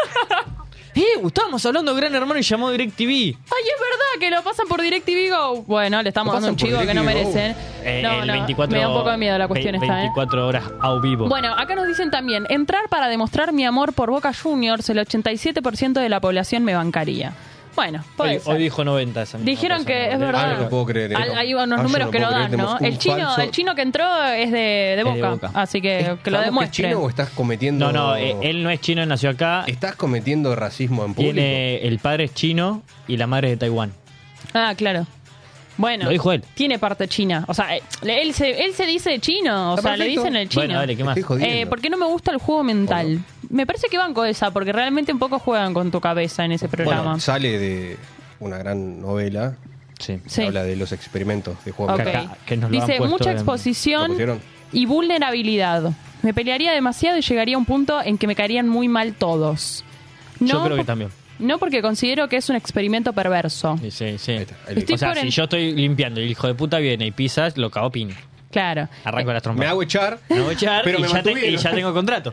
Estábamos hablando de Gran Hermano y llamó DirecTV. Ay, es verdad que lo pasan por DirecTV Go. Bueno, le estamos Lo dando un pasan por chivo que no DirecTV Go. merecen. El 24, me da un poco de miedo la cuestión esta, 24 horas a vivo. Bueno, acá nos dicen también, entrar para demostrar mi amor por Boca Juniors, el 87% de la población me bancaría. Bueno, puede ser. Hoy dijo 90 esa misma Dijeron persona. que es verdad. no lo puedo creer. Hay unos yo números que no puedo dan, creer, ¿no? tenemos un falso- El chino que entró es de Boca, así que lo ¿Sabemos que es demuestre. chino o estás cometiendo... No, él no es chino, nació acá. ¿Estás cometiendo racismo en público? El padre es chino y la madre es de Taiwán. Ah, claro. Bueno, Lo dijo él. Tiene parte china. O sea, él se dice chino. O Está sea, le perfecto. dicen el chino. Bueno, dale, ¿qué más? Estoy jodiendo. Porque no me gusta el juego mental. Me parece que van con esa, porque realmente un poco juegan con tu cabeza en ese programa. Bueno, sale de una gran novela Sí. Sí. que habla de los experimentos de juego Ok. mental. Acá, que nos lo han Dice, puesto mucha en- ¿Lo exposición pusieron? y vulnerabilidad. Me pelearía demasiado y llegaría a un punto en que me caerían muy mal todos. Yo creo que por- también. No porque considero que es un experimento perverso. Sí. Ahí está, ahí lo Estoy O sea, por si en- yo estoy limpiando y el hijo de puta viene y pisas, lo cago pin. Claro. Arranco las trompas. Me hago echar, Me voy a echar pero y, me ya mantuvieron. y ya tengo contrato.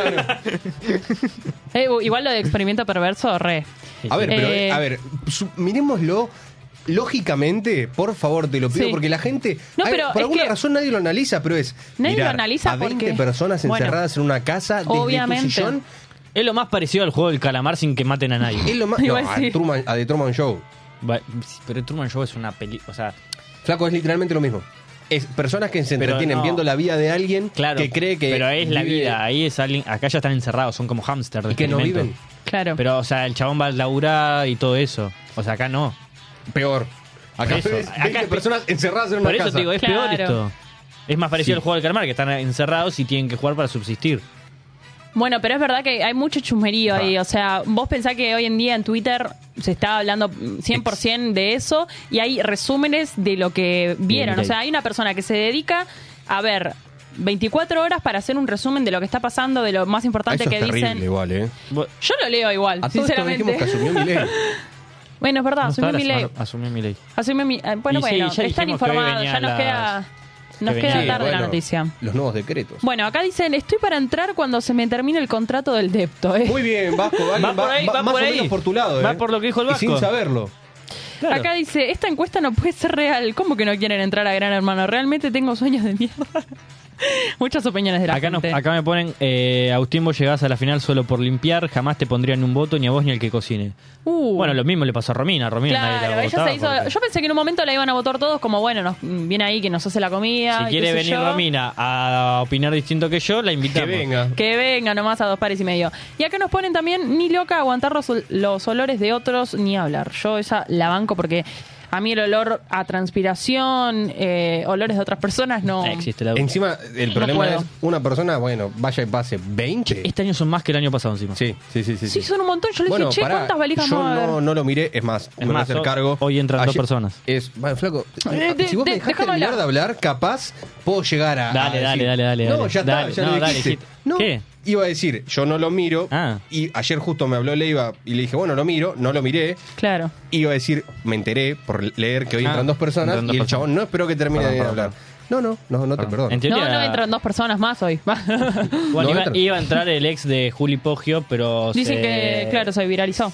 Igual lo de experimento perverso, re. A ver, pero, Eh, a ver, miremoslo lógicamente, por favor, te lo pido, Sí. porque la gente, No, a ver, pero por es alguna que- razón nadie lo analiza, pero es Nadie mirar lo analiza a 20 porque- personas bueno, encerradas en una casa desde obviamente. tu sillón, Es lo más parecido al juego del calamar sin que maten a nadie. es lo más... Igual No, sí. a The Truman Show. Pero Truman Show es una peli... O sea, Flaco, es literalmente lo mismo. Es personas que se Pero entretienen no. viendo la vida de alguien claro. que cree que... Pero es la vive- vida. Ahí es alguien... Acá ya están encerrados. Son como hámster de Y que no experimento. viven. Claro. Pero, o sea, el chabón va a laburar y todo eso. O sea, acá no. Peor. Acá Por eso. ves Acá 20 es- personas encerradas en una Por eso casa. te digo, es peor Claro. esto. Es más parecido Sí. al juego del calamar, que están encerrados y tienen que jugar para subsistir. Bueno, pero es verdad que hay mucho chusmerío ahí. Ah. O sea, vos pensás que hoy en día en Twitter se está hablando 100% de eso y hay resúmenes de lo que vieron. Bien, O sea, hay una persona que se dedica a ver 24 horas para hacer un resumen de lo que está pasando, de lo más importante Eso que es terrible dicen. igual, ¿eh? Yo lo leo igual, A todo esto sinceramente. dijimos que asumió Milei. Bueno, es verdad, No asumió estaba mi la ley. semana- Asumió mi ley. Bueno, Y sí, ya están dijimos que hoy informados, venía ya nos las- queda, nos que queda venía- tarde la bueno, noticia. Los nuevos decretos. Bueno, acá dicen, estoy para entrar cuando se me termine el contrato del depto. Muy bien, Vasco. Va por ahí, va más por o ahí. menos por tu lado, ¿eh? Va por lo que dijo el Y Vasco. sin saberlo. Claro. Acá dice, esta encuesta no puede ser real. ¿Cómo que no quieren entrar a Gran Hermano? Realmente tengo sueños de mierda. Muchas opiniones de la Acá, gente. acá me ponen, Agustín, vos llegás a la final solo por limpiar, jamás te pondrían un voto ni a vos ni al que cocine. Bueno, lo mismo le pasó a Romina. Romina nadie Claro, la ella votaba se hizo. porque- Yo pensé que en un momento la iban a votar todos, como bueno, viene ahí que nos hace la comida. Si y quiere qué sé venir yo. Romina a opinar distinto que yo, la invitamos. Que venga. Que venga nomás a 2 pares y medio. Y acá nos ponen también, ni loca aguantar los olores de otros ni hablar. Yo esa la banco porque a mí el olor a transpiración, olores de otras personas no. Existe la Encima, el No problema puedo. es una persona, bueno, vaya y pase 20. Este año son más que el año pasado encima. Sí. Sí, son un montón. Yo le Bueno, dije, che, pará, ¿cuántas valijas yo vamos a ver? no lo miré, es más, me voy a más, hacer cargo. hoy entran dos personas. Bueno, flaco, de- si vos me de- dejaste déjame terminar hablar. de hablar, capaz puedo llegar a. Dale, a dale, decir, dale. No, dale. ya está, Dale, ya no, lo dale, dijiste. dijiste. No, ¿Qué? iba a decir, yo no lo miro. Ah. Y ayer justo me habló Leiva y le dije, bueno, lo miro, no lo miré. Claro. Iba a decir, me enteré por leer que hoy entran dos personas entran dos y el personas. chabón no esperó que termine Perdón, de perdón, hablar. No te perdono. En teoría, No entran 2 personas más hoy. bueno, No iba, entran. iba a entrar el ex de Juli Poggio, pero Dicen que, claro, se viralizó.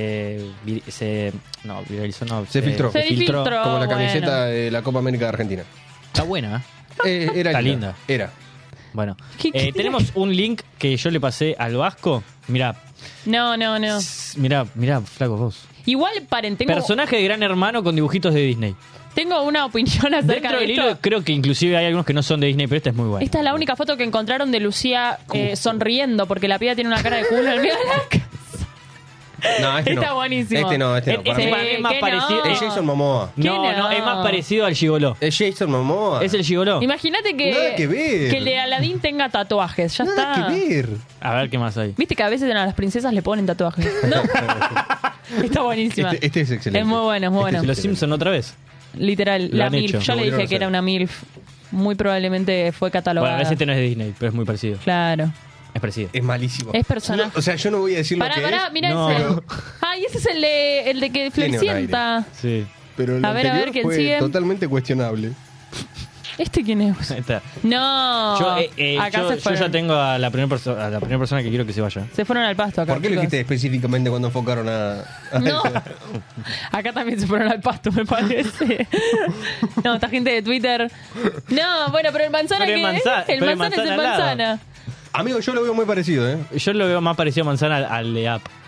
No, viralizó no. Se filtró. Se filtró. Como la camiseta bueno. de la Copa América de Argentina. Está buena, Era Está linda. Era. Bueno, ¿Qué tenemos un link que yo le pasé al Vasco. Mirá, No. mirá, flaco vos. Igual, paren, Personaje de Gran Hermano con dibujitos de Disney. tengo una opinión acerca Dentro de del esto. hilo creo que inclusive hay algunos que no son de Disney, pero esta es muy buena. Esta es la única foto que encontraron de Lucía sonriendo porque la piba tiene una cara de culo en medio de la casa. No, este Está no. buenísimo. Este no. Ese Para mí- para mí es más ¿qué parecido. no? Es Jason Momoa. No, es más parecido al Gigoló. Es Jason Momoa. Es el Gigoló. Imagínate que, Nada que ver. el de Aladín tenga tatuajes. Ya Nada está. que ver. A ver qué más hay. Viste que a veces a las princesas le ponen tatuajes. No. Está buenísima. Este es excelente. Es muy bueno, es muy bueno. Los Simpson otra vez. Literal, Lo la han MILF. hecho. Yo Lo le volvieron dije a que era hacer. una MILF. Muy probablemente fue catalogada. Bueno, ese no es de Disney, pero es muy parecido. Claro. Es parecido. Es malísimo. Es personaje. No, o sea, yo no voy a decir lo que Pará, es. mira No. ese. Ay, ese es el de que Tiene un florecienta. Sí. Pero lo A ver, anterior ¿quién fue sigue? totalmente cuestionable. ¿Este quién es? Ahí está. No. Yo, Acá yo- se yo fueron. ya tengo a la primera persona que quiero que se vaya. Se fueron al pasto acá. ¿Por qué lo chicos. dijiste específicamente cuando enfocaron a No. Acá también se fueron al pasto, me parece. No, esta gente de Twitter. No, bueno, pero el manzana Pero que el es. manza- El pero el manzana es el manzana al lado. manzana. Amigo, yo lo veo muy parecido, ¿eh? Yo lo veo más parecido a Manzana al de App.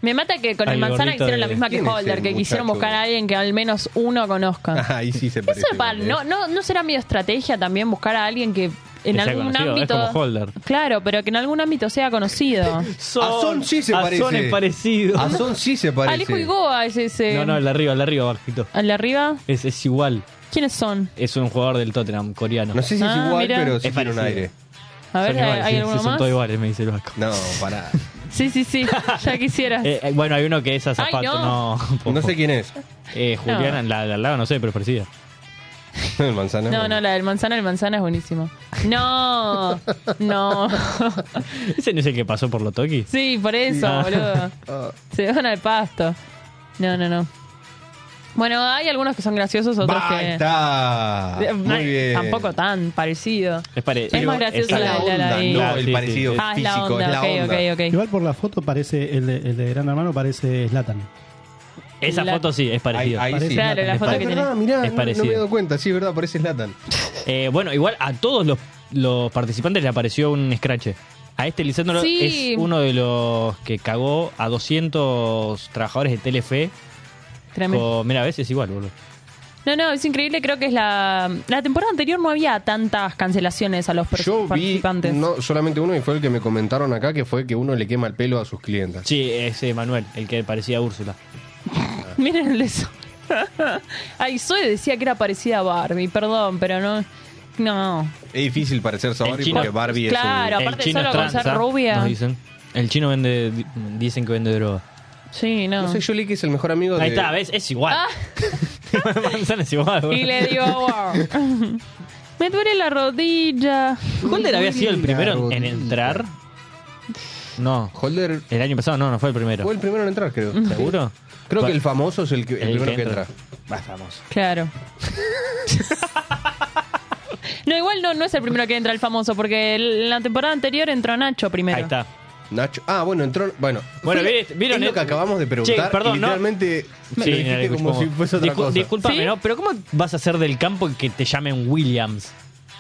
Me mata que con el Al manzana gordito hicieron de- la misma que ¿Quién es Holder, el que quisieron muchacho? buscar a alguien que al menos uno conozca. Ahí sí se Eso parece. ¿no será medio estrategia también buscar a alguien que en Que sea algún conocido, ámbito... es como Holder. Claro, pero que en algún ámbito sea conocido. A Son sí se a parece. Son es parecido. A Son sí se parece. Alejo Igoa es ese. No, el de arriba, bajito. ¿Al de arriba? Es igual. ¿Quiénes son? Es un jugador del Tottenham, coreano. No sé si es Ah, igual, mira. pero Es sí tiene un parecido. aire. A ver, Son iguales, ¿hay sí, alguno sí, son más? todos iguales, me dice el vasco. No, pará. Sí, ya quisieras. Bueno, hay uno que es azafato. Ay, no. No sé quién es. Juliana, la de al lado, no sé, pero es parecida. El manzana. No, la del manzana, el manzana es buenísimo. No. ¿Ese no es el que pasó por Lotoki? Sí, por eso, Ah. boludo. Se van al pasto. No. Bueno, hay algunos que son graciosos, otros que... Basta. Muy bien. Tampoco tan parecido. Es parecido. Es más gracioso la onda, de... no el parecido Ah, es la físico, onda, es la onda. ok. Igual por la foto parece, el de Gran Hermano parece Zlatan. Esa foto sí, es parecida. Ahí sí. Claro, la foto Ah, que es tiene. verdad, mirá, Es no parecido. me he dado cuenta. Sí, es verdad, parece Zlatan. Bueno, igual a todos los participantes le apareció un scratch. A este Lisandro Sí. es uno de los que cagó a 200 trabajadores de Telefe. Tremendo. Mira, a veces es igual, boludo. No, es increíble. Creo que es la temporada anterior no había tantas cancelaciones a los Yo vi participantes. no solamente uno y fue el que me comentaron acá que fue que uno le quema el pelo a sus clientas. Sí, es Manuel, el que parecía a Úrsula. Miren el de Zoe. Ay, Zoe decía que era parecida a Barbie, perdón, pero no. Es difícil parecerse a El Barbie chino- porque Barbie Claro, es aparte El chino solo es con ser tranza, rubia. nos dicen. El chino dicen que vende droga. Sí, un... No sé, yo leí que es el mejor amigo de... Ahí está, ¿ves? Es igual. Ah, Manzana es igual, boludo. y le digo, wow. Me duele la rodilla. Holder había sido el primero rodilla. en entrar. No, Holder el año pasado no fue el primero. fue el primero en entrar, creo. ¿Seguro? Creo que el famoso es el primero que entra. Más famoso. Claro. No, igual no es el primero que entra el famoso, porque en la temporada anterior entró Nacho primero. Ahí está. Nacho. Ah, bueno, entró... Bueno, Bueno, fue- ¿vieron es lo el- que acabamos de preguntar. Che, perdón, y no. literalmente lo Sí, dijiste como si fuese otra cosa. Disculpame, ¿Sí? ¿no? Pero ¿cómo vas a hacer del campo que te llamen Williams?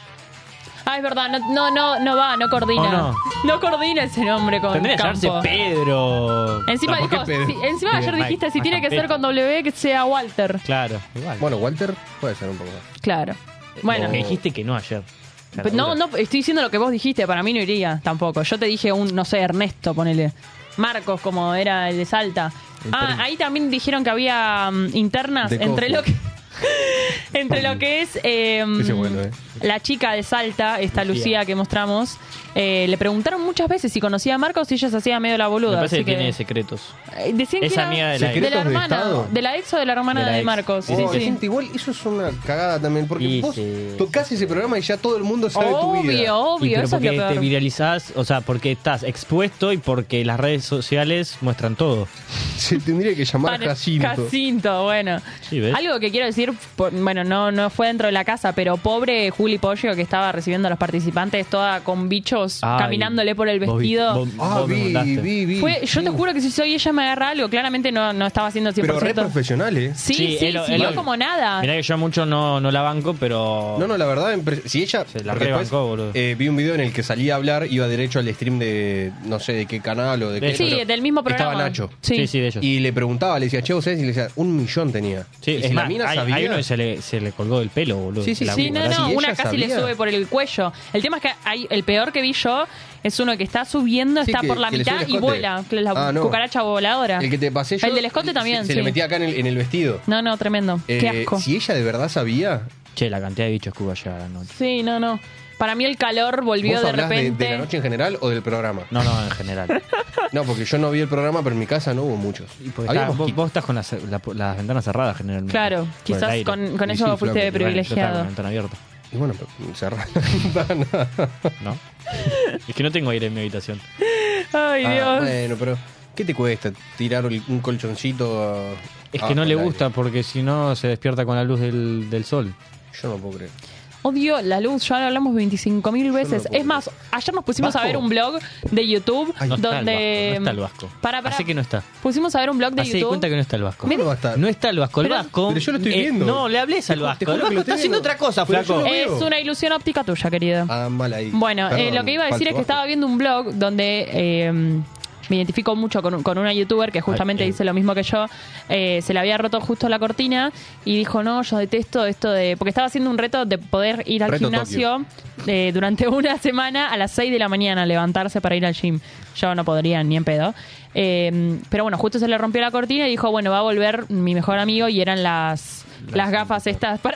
Ah, es verdad, no coordina. ¿O no? No coordina ese nombre con Tendría que llamarse campo. Pedro. Encima ¿por qué dijo, Pedro? encima ayer Mike- dijiste, si Mike tiene que ser Pedro. con W, que sea Walter. Claro, igual. Bueno, Walter puede ser un poco más. Claro. Bueno, Me dijiste que no ayer. pero no, estoy diciendo lo que vos dijiste, para mí no iría tampoco. Yo te dije no sé, Ernesto, ponele. Marcos, como era el de Salta. Ahí también dijeron que había internas De entre cojo. lo que... Entre lo que es Ese bueno, la chica de Salta, esta Lucía que mostramos, le preguntaron muchas veces si conocía a Marcos y ella se hacía medio la Me boluda. parece así que tiene secretos. decían Es que era amiga de la ex. de la ¿Secretos de hermana, Estado? de la ex o de la hermana De la de ex. Marcos. Sí, Sí, Oh, sí. gente, igual eso es una cagada también, porque Y vos sí. tocás ese programa y ya todo el mundo sabe tu vida. Obvio, Y pero eso es lo porque te peor. viralizás, o sea, porque estás expuesto y porque las redes sociales muestran todo. Se tendría que llamar Jacinto. Jacinto, bueno. Sí, ¿ves? Algo que quiero decir, bueno, no fue dentro de la casa, pero pobre Juli Pollo que estaba recibiendo a los participantes toda con bichos Ay, caminándole por el vos vi- vestido. vos- Ah, vos me mandaste. vi. Yo te juro que si soy ella me agarra algo, claramente no estaba haciendo 100%. Pero re profesional, ¿eh? Sí, Sí, siguió como nada. Mirá que yo mucho no la banco, pero... No, la verdad, si ella... Se la porque rebancó, después, boludo. vi un video en el que salía a hablar, iba derecho al stream de no sé de qué canal o de qué. Sí, pero del mismo programa. Estaba Nacho. Sí. Sí, de ellos. Y le preguntaba, le decía, che, ¿vos sabés? Y le decía, 1 millón tenía. Sí, y es si más, la mina hay sabía... uno que se le colgó del pelo, boludo. Sí, sí, La sí, mina. No, Si una ella casi le sabía. sube por el cuello. El tema es que el peor que vi yo es uno que está subiendo, Sí, está que- por la que le sube mitad el y escote. vuela. Que es la Ah, no. cucaracha voladora. El que te pasé yo... El del escote también, Se sí. le metía acá en el vestido. No, tremendo. Qué asco. Si ella de verdad sabía... Che, la cantidad de bichos que hubo allá anoche. Sí, no. Para mí el calor volvió ¿Vos de hablás repente. de la noche en general o del programa? No, en general. No, porque yo no vi el programa, pero en mi casa no hubo muchos. Porque Había vos mosquitos. estás con las ventanas cerradas generalmente. Claro, Por quizás el aire. con Y eso sí, fuiste flaco, privilegiado. Yo tengo la ventana abierta, Y bueno, pero cerrar la ventana. ¿no? Es que no tengo aire en mi habitación. Ay, Dios. Bueno, pero ¿qué te cuesta tirar un colchoncito a... Es que no al le aire? gusta porque si no se despierta con la luz del sol. Yo no puedo creer. Odio la luz, ya lo hablamos 25.000 veces. puedo Es más, ayer nos pusimos ¿Vasco? a ver un blog de YouTube Ay, No donde... está el Vasco. Para. Así que no está. Pusimos a ver un blog de Así de YouTube. cuenta que no está el Vasco. ¿Cómo no va a estar? No está el Vasco. El Pero- Vasco. pero yo lo estoy viendo. No, le hables al Te Vasco. juro El que Vasco lo está estoy haciendo viendo. otra cosa, Pero yo flaco. lo veo. Es una ilusión óptica tuya, querido. Ah, mal ahí. Bueno, Perdón, lo que iba a decir es que falso estaba viendo un blog donde me identifico mucho con una youtuber que justamente dice lo mismo que yo. Se le había roto justo la cortina y dijo, no, yo detesto esto de... Porque estaba haciendo un reto de poder ir al Reto gimnasio durante una semana a las 6 de la mañana, levantarse para ir al gym. Yo no podría ni en pedo. Pero bueno, justo se le rompió la cortina y dijo, bueno, va a volver mi mejor amigo, y eran las gafas estas para...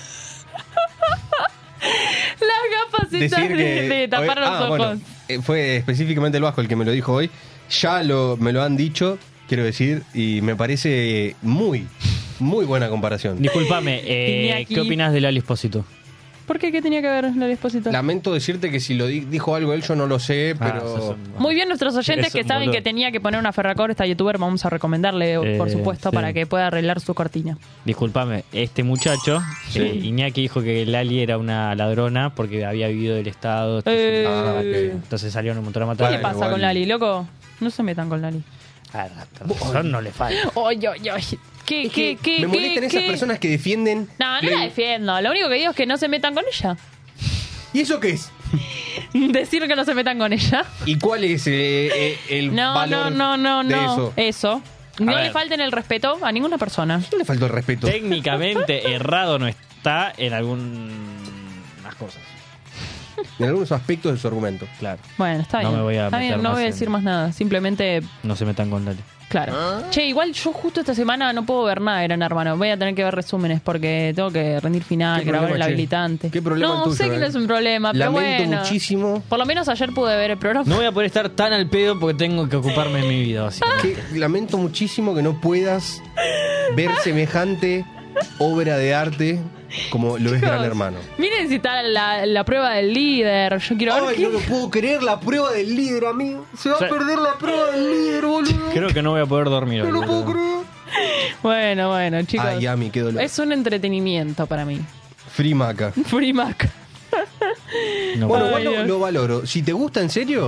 Las gafas estas de tapar los ojos. Bueno, fue específicamente el Vasco el que me lo dijo hoy. Ya me lo han dicho, quiero decir, y me parece muy buena comparación. Disculpame, Iñaki. ¿qué opinas de Lali Espósito? ¿Por qué? ¿Qué tenía que ver la Esposito? Lamento decirte que si lo dijo algo él, yo no lo sé, pero... Muy bien, nuestros oyentes que saben que tenía que poner una Ferracor, esta youtuber, vamos a recomendarle, por supuesto, sí. para que pueda arreglar su cortina. Disculpame, este muchacho, Iñaki dijo que Lali era una ladrona porque había vivido del Estado. Entonces salieron un montón a matar. ¿Qué le pasa con Lali, loco? No se metan con Lali. Razón no le falta. Oye, oye, oye. Me molestan esas personas que defienden... No la defiendo. Lo único que digo es que no se metan con ella. ¿Y eso qué es? Decir que no se metan con ella. ¿Y cuál es el valor de eso? No le falten el respeto a ninguna persona. No le faltó el respeto. Técnicamente errado no está en algunas cosas. En algunos aspectos de su argumento. Claro. Bueno, está bien. No me voy a está bien, meter no más voy a decir más nada. Simplemente... No se metan con Lali. Claro. Che, igual yo justo esta semana no puedo ver nada de Gran Hermano. Voy a tener que ver resúmenes porque tengo que rendir final, grabar el habilitante. ¿Qué problema no, tuyo, sé que no es un problema, pero Lamento bueno. muchísimo. Por lo menos ayer pude ver el programa. No voy a poder estar tan al pedo porque tengo que ocuparme de mi vida, básicamente. Lamento muchísimo que no puedas ver semejante obra de arte como lo es Gran Hermano. Miren si está la prueba del líder. Yo quiero ver. Ay, no lo puedo creer, la prueba del líder, amigo. Se va a perder la prueba del líder, boludo. Creo que no voy a poder dormir. No lo puedo creer. Bueno, chicos. Ay, Ami, qué dolor. Es un entretenimiento para mí. Free Maca. Free Mac. No, bueno, igual lo valoro. Si te gusta en serio,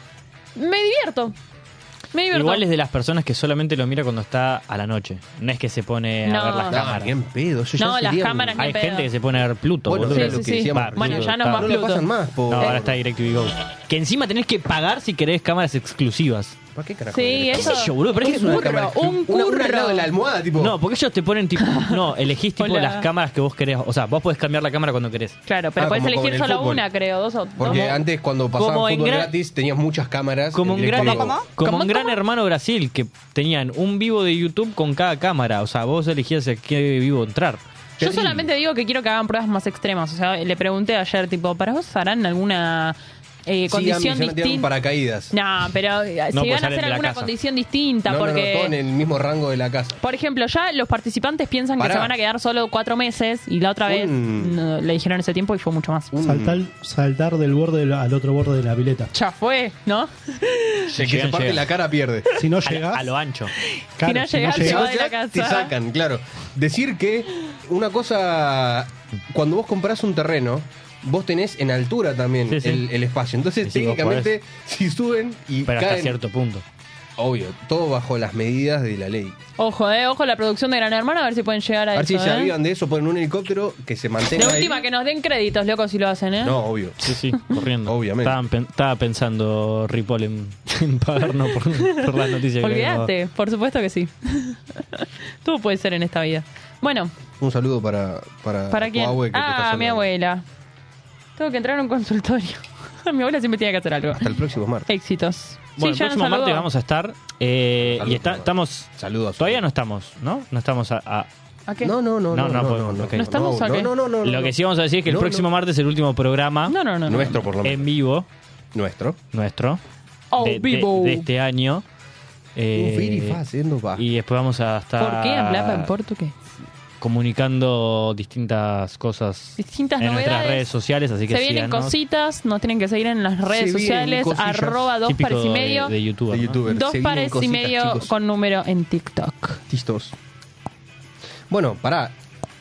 me divierto. Igual es de las personas que solamente lo mira cuando está a la noche. No es que se pone a ver las cámaras. Bien pedo. Eso no, ya las cámaras ni Hay pedo. gente que se pone a ver Pluto. Bueno, boludo. lo que decíamos. Bueno, ya no es más no Pluto. lo pasan más. No, ahora está DirecTV Go. Que encima tenés que pagar si querés cámaras exclusivas. ¿Para qué carajo? Sí, ¿Qué eso. sé yo, boludo? Pero es un cámara curro, un curro. Una al lado de la almohada, tipo. No, porque ellos te ponen tipo... No, elegís tipo Hola. las cámaras que vos querés. O sea, vos podés cambiar la cámara cuando querés. Claro, pero podés como elegir en el solo fútbol. una, creo. Dos o Porque dos. antes, cuando pasaban Como en fútbol gran- gratis, tenías muchas cámaras. Como en un gran, DirecTV. como un gran hermano Brasil, que tenían un vivo de YouTube con cada cámara. O sea, vos elegías a qué vivo entrar. Yo solamente digo que quiero que hagan pruebas más extremas. O sea, le pregunté ayer, tipo, ¿para vos harán alguna condición distinta. distinta? Paracaídas. No, pero No, si pues van a salen hacer de la alguna casa. condición distinta, No, porque... todo en el mismo rango de la casa. Por ejemplo, ya los participantes piensan Pará. que se van a quedar solo 4 meses y la otra vez le dijeron ese tiempo y fue mucho más. Saltar del borde al otro borde de la pileta. Ya fue, ¿no? El que se parte la cara pierde. Si no llegás, A lo ancho. claro, si no llegás, llegás, se va de O la sea, te casa. sacan, claro. Decir que una cosa, cuando vos comprás un terreno, vos tenés en altura también Sí, sí. el espacio. Entonces, Sí, sí, vos técnicamente, si suben y Pero hasta caen, cierto punto. obvio, todo bajo las medidas de la ley. Ojo, ojo la producción de Gran Hermano, a ver si pueden llegar a A ver eso, si se avivan de eso, ponen un helicóptero que se mantenga De última, ahí. que nos den créditos, loco, si lo hacen, ¿eh? No, obvio. Sí, sí, corriendo. Obviamente. Estaba pensando Ripoll en pagarnos por las noticias. que le había Olvídate, por supuesto que sí. Todo puede ser en esta vida. Bueno, Un saludo para ¿para quién? tu abue que te está Ah, mi saludando. abuela. Tengo que entrar a un consultorio. Mi abuela siempre tiene que hacer algo. Hasta el próximo martes. Éxitos. Bueno, sí, el ya próximo nos saludó. martes vamos a estar. Y estamos. Saludos. Todavía no estamos, ¿no? No estamos ¿A qué? No, podemos, ok. ¿No estamos a qué? No. Lo que sí vamos a decir es que el No, próximo martes es el último programa No. Nuestro, por lo menos. en vivo, Nuestro. nuestro, Oh, vivo. de este año. Haciendo va. Y después vamos a estar ¿Por qué hablaba en portugués? comunicando distintas cosas Distintas en nuestras novedades. redes sociales, así que Se vienen síganos. cositas, nos tienen que seguir en las redes Se vienen sociales, cosillas. @2 Típico pares y medio, de YouTuber, De ¿no? youtuber. 2 Se vienen pares y cositas, medio chicos. con número en TikTok. Listos. Bueno, pará.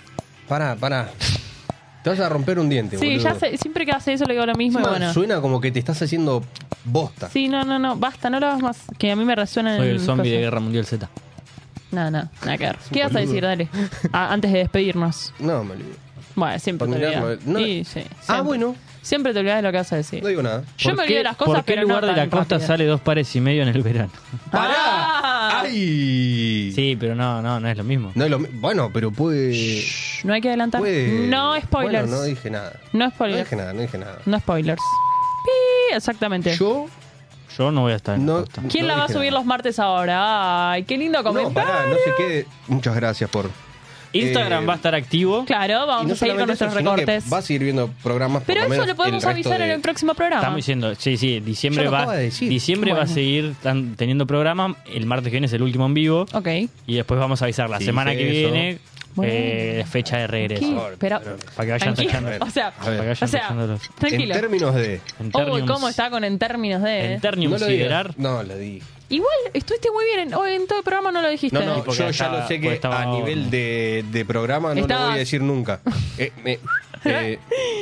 Te vas a romper un diente, Sí, boludo. ya sé, siempre que hace eso le digo lo mismo y Encima bueno. Suena como que te estás haciendo bosta. Sí, no, basta, no lo hagas más, que a mí me resuena Soy en el zombie de cosas. Guerra Mundial Z. No, nada que ver. ¿Qué vas a boludo. decir? Dale. Antes de despedirnos. No, me olvidé. Bueno, siempre Por te mirar, olvidas. no. Sí, sí, Ah, siempre. bueno. Siempre te olvidas de lo que vas a decir. No digo nada. Yo me olvido de las cosas, ¿Por qué pero el lugar no de la tan costa rápido. sale 2,5 pares en el verano? ¡Ah! ¡Ay! Sí, pero no es lo mismo. No es bueno, pero puede... No hay que adelantar. puede... No spoilers. Bueno, no dije nada. No spoilers. No dije nada. No spoilers. Pi, exactamente. Yo no voy a estar en la costa. ¿Quién la va a subir los martes ahora? Ay, qué lindo No, comentario. pará, no se quede. Muchas gracias por... Instagram va a estar activo. Claro, y vamos no a seguir con solamente nuestros eso, sino que recortes. va a seguir viendo programas. Pero por lo eso menos lo podemos el resto avisar en de- el próximo programa. Estamos diciendo, sí, diciembre Ya lo va acaba de decir. diciembre va a Bueno. seguir teniendo programa. El martes que viene es el último en vivo. Ok. Y después vamos a avisar la Sí, semana que eso. viene Bueno. fecha de regreso. ¿Qué? Pero, Para que vayan tranquilo. tachando. O sea, A ver. Para que vayan o sea, tachando los- En tranquilo. términos de... en Uy, terniums- ¿cómo está con en términos de? En ternium No lo digas. siderar. No, lo dije. Igual, estuviste muy bien. Hoy en todo el programa no lo dijiste. No, porque yo ya estaba- lo sé porque que estaba- a nivel de programa no lo Estabas- voy a decir nunca. ¿Eh?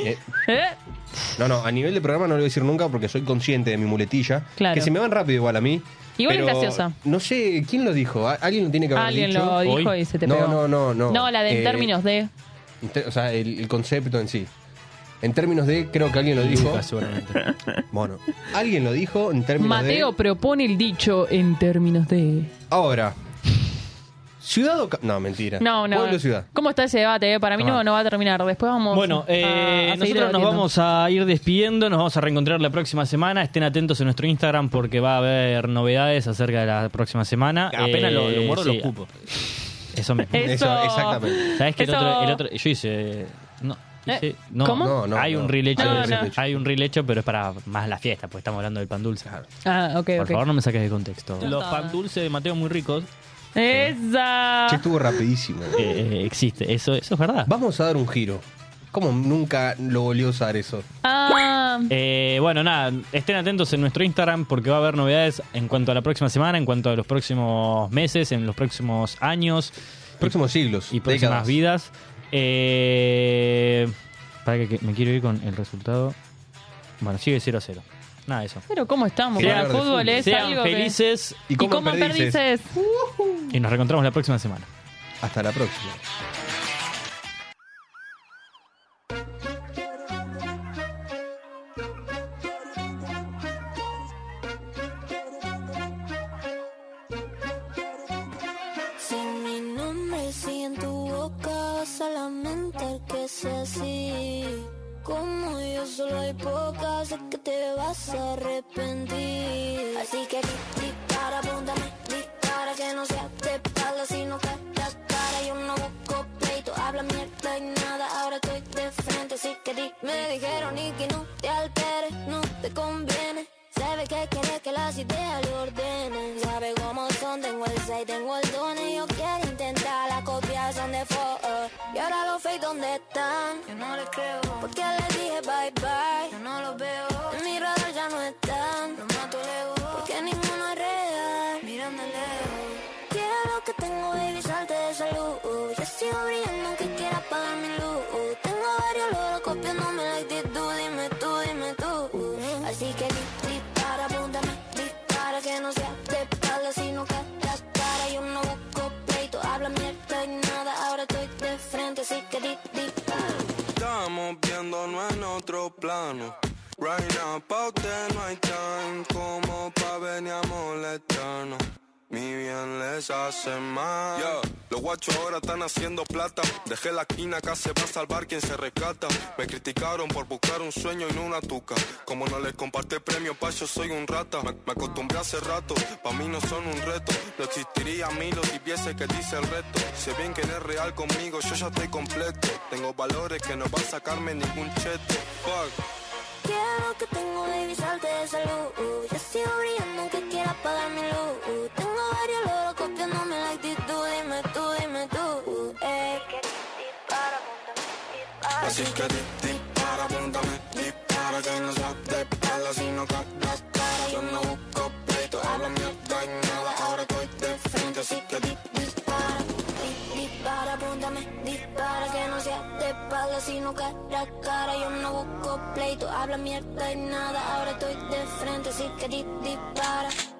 No, a nivel de programa no lo voy a decir nunca porque soy consciente de mi muletilla. Claro. Que se me van rápido igual a mí. Igual es pero graciosa. No sé, ¿quién lo dijo? ¿Alguien lo tiene que haber Alguien dicho? lo dijo hoy. y se te pegó. No. No, la de en términos de. O sea, el concepto en sí. En términos de, creo que alguien lo dijo. Lucas, seguramente. Bueno, alguien lo dijo en términos Mateo de... propone el dicho en términos de. Ahora, ¿ciudad o... No, mentira. No. Pueblo o ciudad. ¿Cómo está ese debate? Para mí no va a terminar. Después vamos Bueno, a seguir nosotros nos debatiendo. vamos a ir despidiendo, nos vamos a reencontrar la próxima semana. Estén atentos en nuestro Instagram porque va a haber novedades acerca de la próxima semana. Apenas lo muerdo, sí, lo ocupo. Eso mismo. Eso. Exactamente. ¿Sabes que el Eso. otro yo hice ¿Cómo? hay un reel hecho, No, hay un reel hecho, pero es para más la fiesta, porque estamos hablando del pan dulce. Ah, ok, Por ok. favor, no me saques de contexto. Los pan dulces de Mateo muy ricos. Esa. Che, estuvo rapidísimo. Existe, eso es verdad. Vamos a dar un giro. ¿Cómo nunca lo volvió a usar eso? Ah, Bueno, nada, estén atentos en nuestro Instagram porque va a haber novedades en cuanto a la próxima semana, en cuanto a los próximos meses, en los próximos años Próximos siglos. y próximas décadas. vidas. Para que me quiero ir con el resultado. Bueno, sigue 0-0. Nada de eso. pero ¿cómo estamos? Quería Con el hablar de fútbol fútbol. es Sean algo que- felices ¿Y cómo perdices? y nos reencontramos la próxima semana. Hasta la próxima. Sin mi nombre, sí en tu boca, solamente el que sea así. Como yo solo hay pocas, sé que te vas a arrepentir. Así que dispara, apúntame, dispara, que no sea de espalda, sino cara a cara. Yo no busco pleito, habla mierda y nada, ahora estoy de frente, así que me dijeron y que no te alteres, no te conviene. Sabe que quiere que las ideas le ordenen. Sabe cómo son, tengo el 6, tengo el don. Y yo quiero intentar la copia, son de foto. Y ahora los fake, ¿dónde están? Yo no les creo, porque les dije bye bye. Yo no los veo, en mi radar ya no están. Los mato lejos, porque ninguno es real. Miran de lejos. Quiero que tengo, baby, salte de salud. Yo sigo brillando aunque quiera apagar mi luz. Tengo varios loros copiándome la actitud. Dime tú. Así que dispara, apúntame, dispara, que no sea de espalda, sino cara a cara. Yo no busco pleito, habla mierda y nada, ahora estoy de frente, así que dispara. Estamos viéndonos en otro plano. Right now, pa' usted no hay time, como pa' venir a molestarnos. Mi bien les hace mal. Los guachos ahora están haciendo plata. Dejé la esquina, acá se va a salvar quien se rescata. Me criticaron por buscar un sueño y no una tuca. Como no les compartí premio, pa' yo soy un rata. Me acostumbré hace rato, pa' mí no son un reto. No existiría Milo si viese que dice el reto. Sé bien que no es real conmigo, yo ya estoy completo. Tengo valores que no va a sacarme ningún cheto. Fuck. Quiero que tengo, baby, salte de salud. Yo sigo brillando aunque quiera apagar mi luz. Tengo varios loros copiándome la actitud. Dime tú. Dispara, apúntame, Así que dispara, apúntame, dispara, que no sea de espalda, sino cara a cara. Yo no busco pleito, hablo mierda y nada, ahora estoy de frente, así que dispara. Dispara, apúntame, dispara, que no sea de espalda, sino cara a cara. Yo no busco pleito, habla mierda y nada, ahora estoy de frente, así que dispara.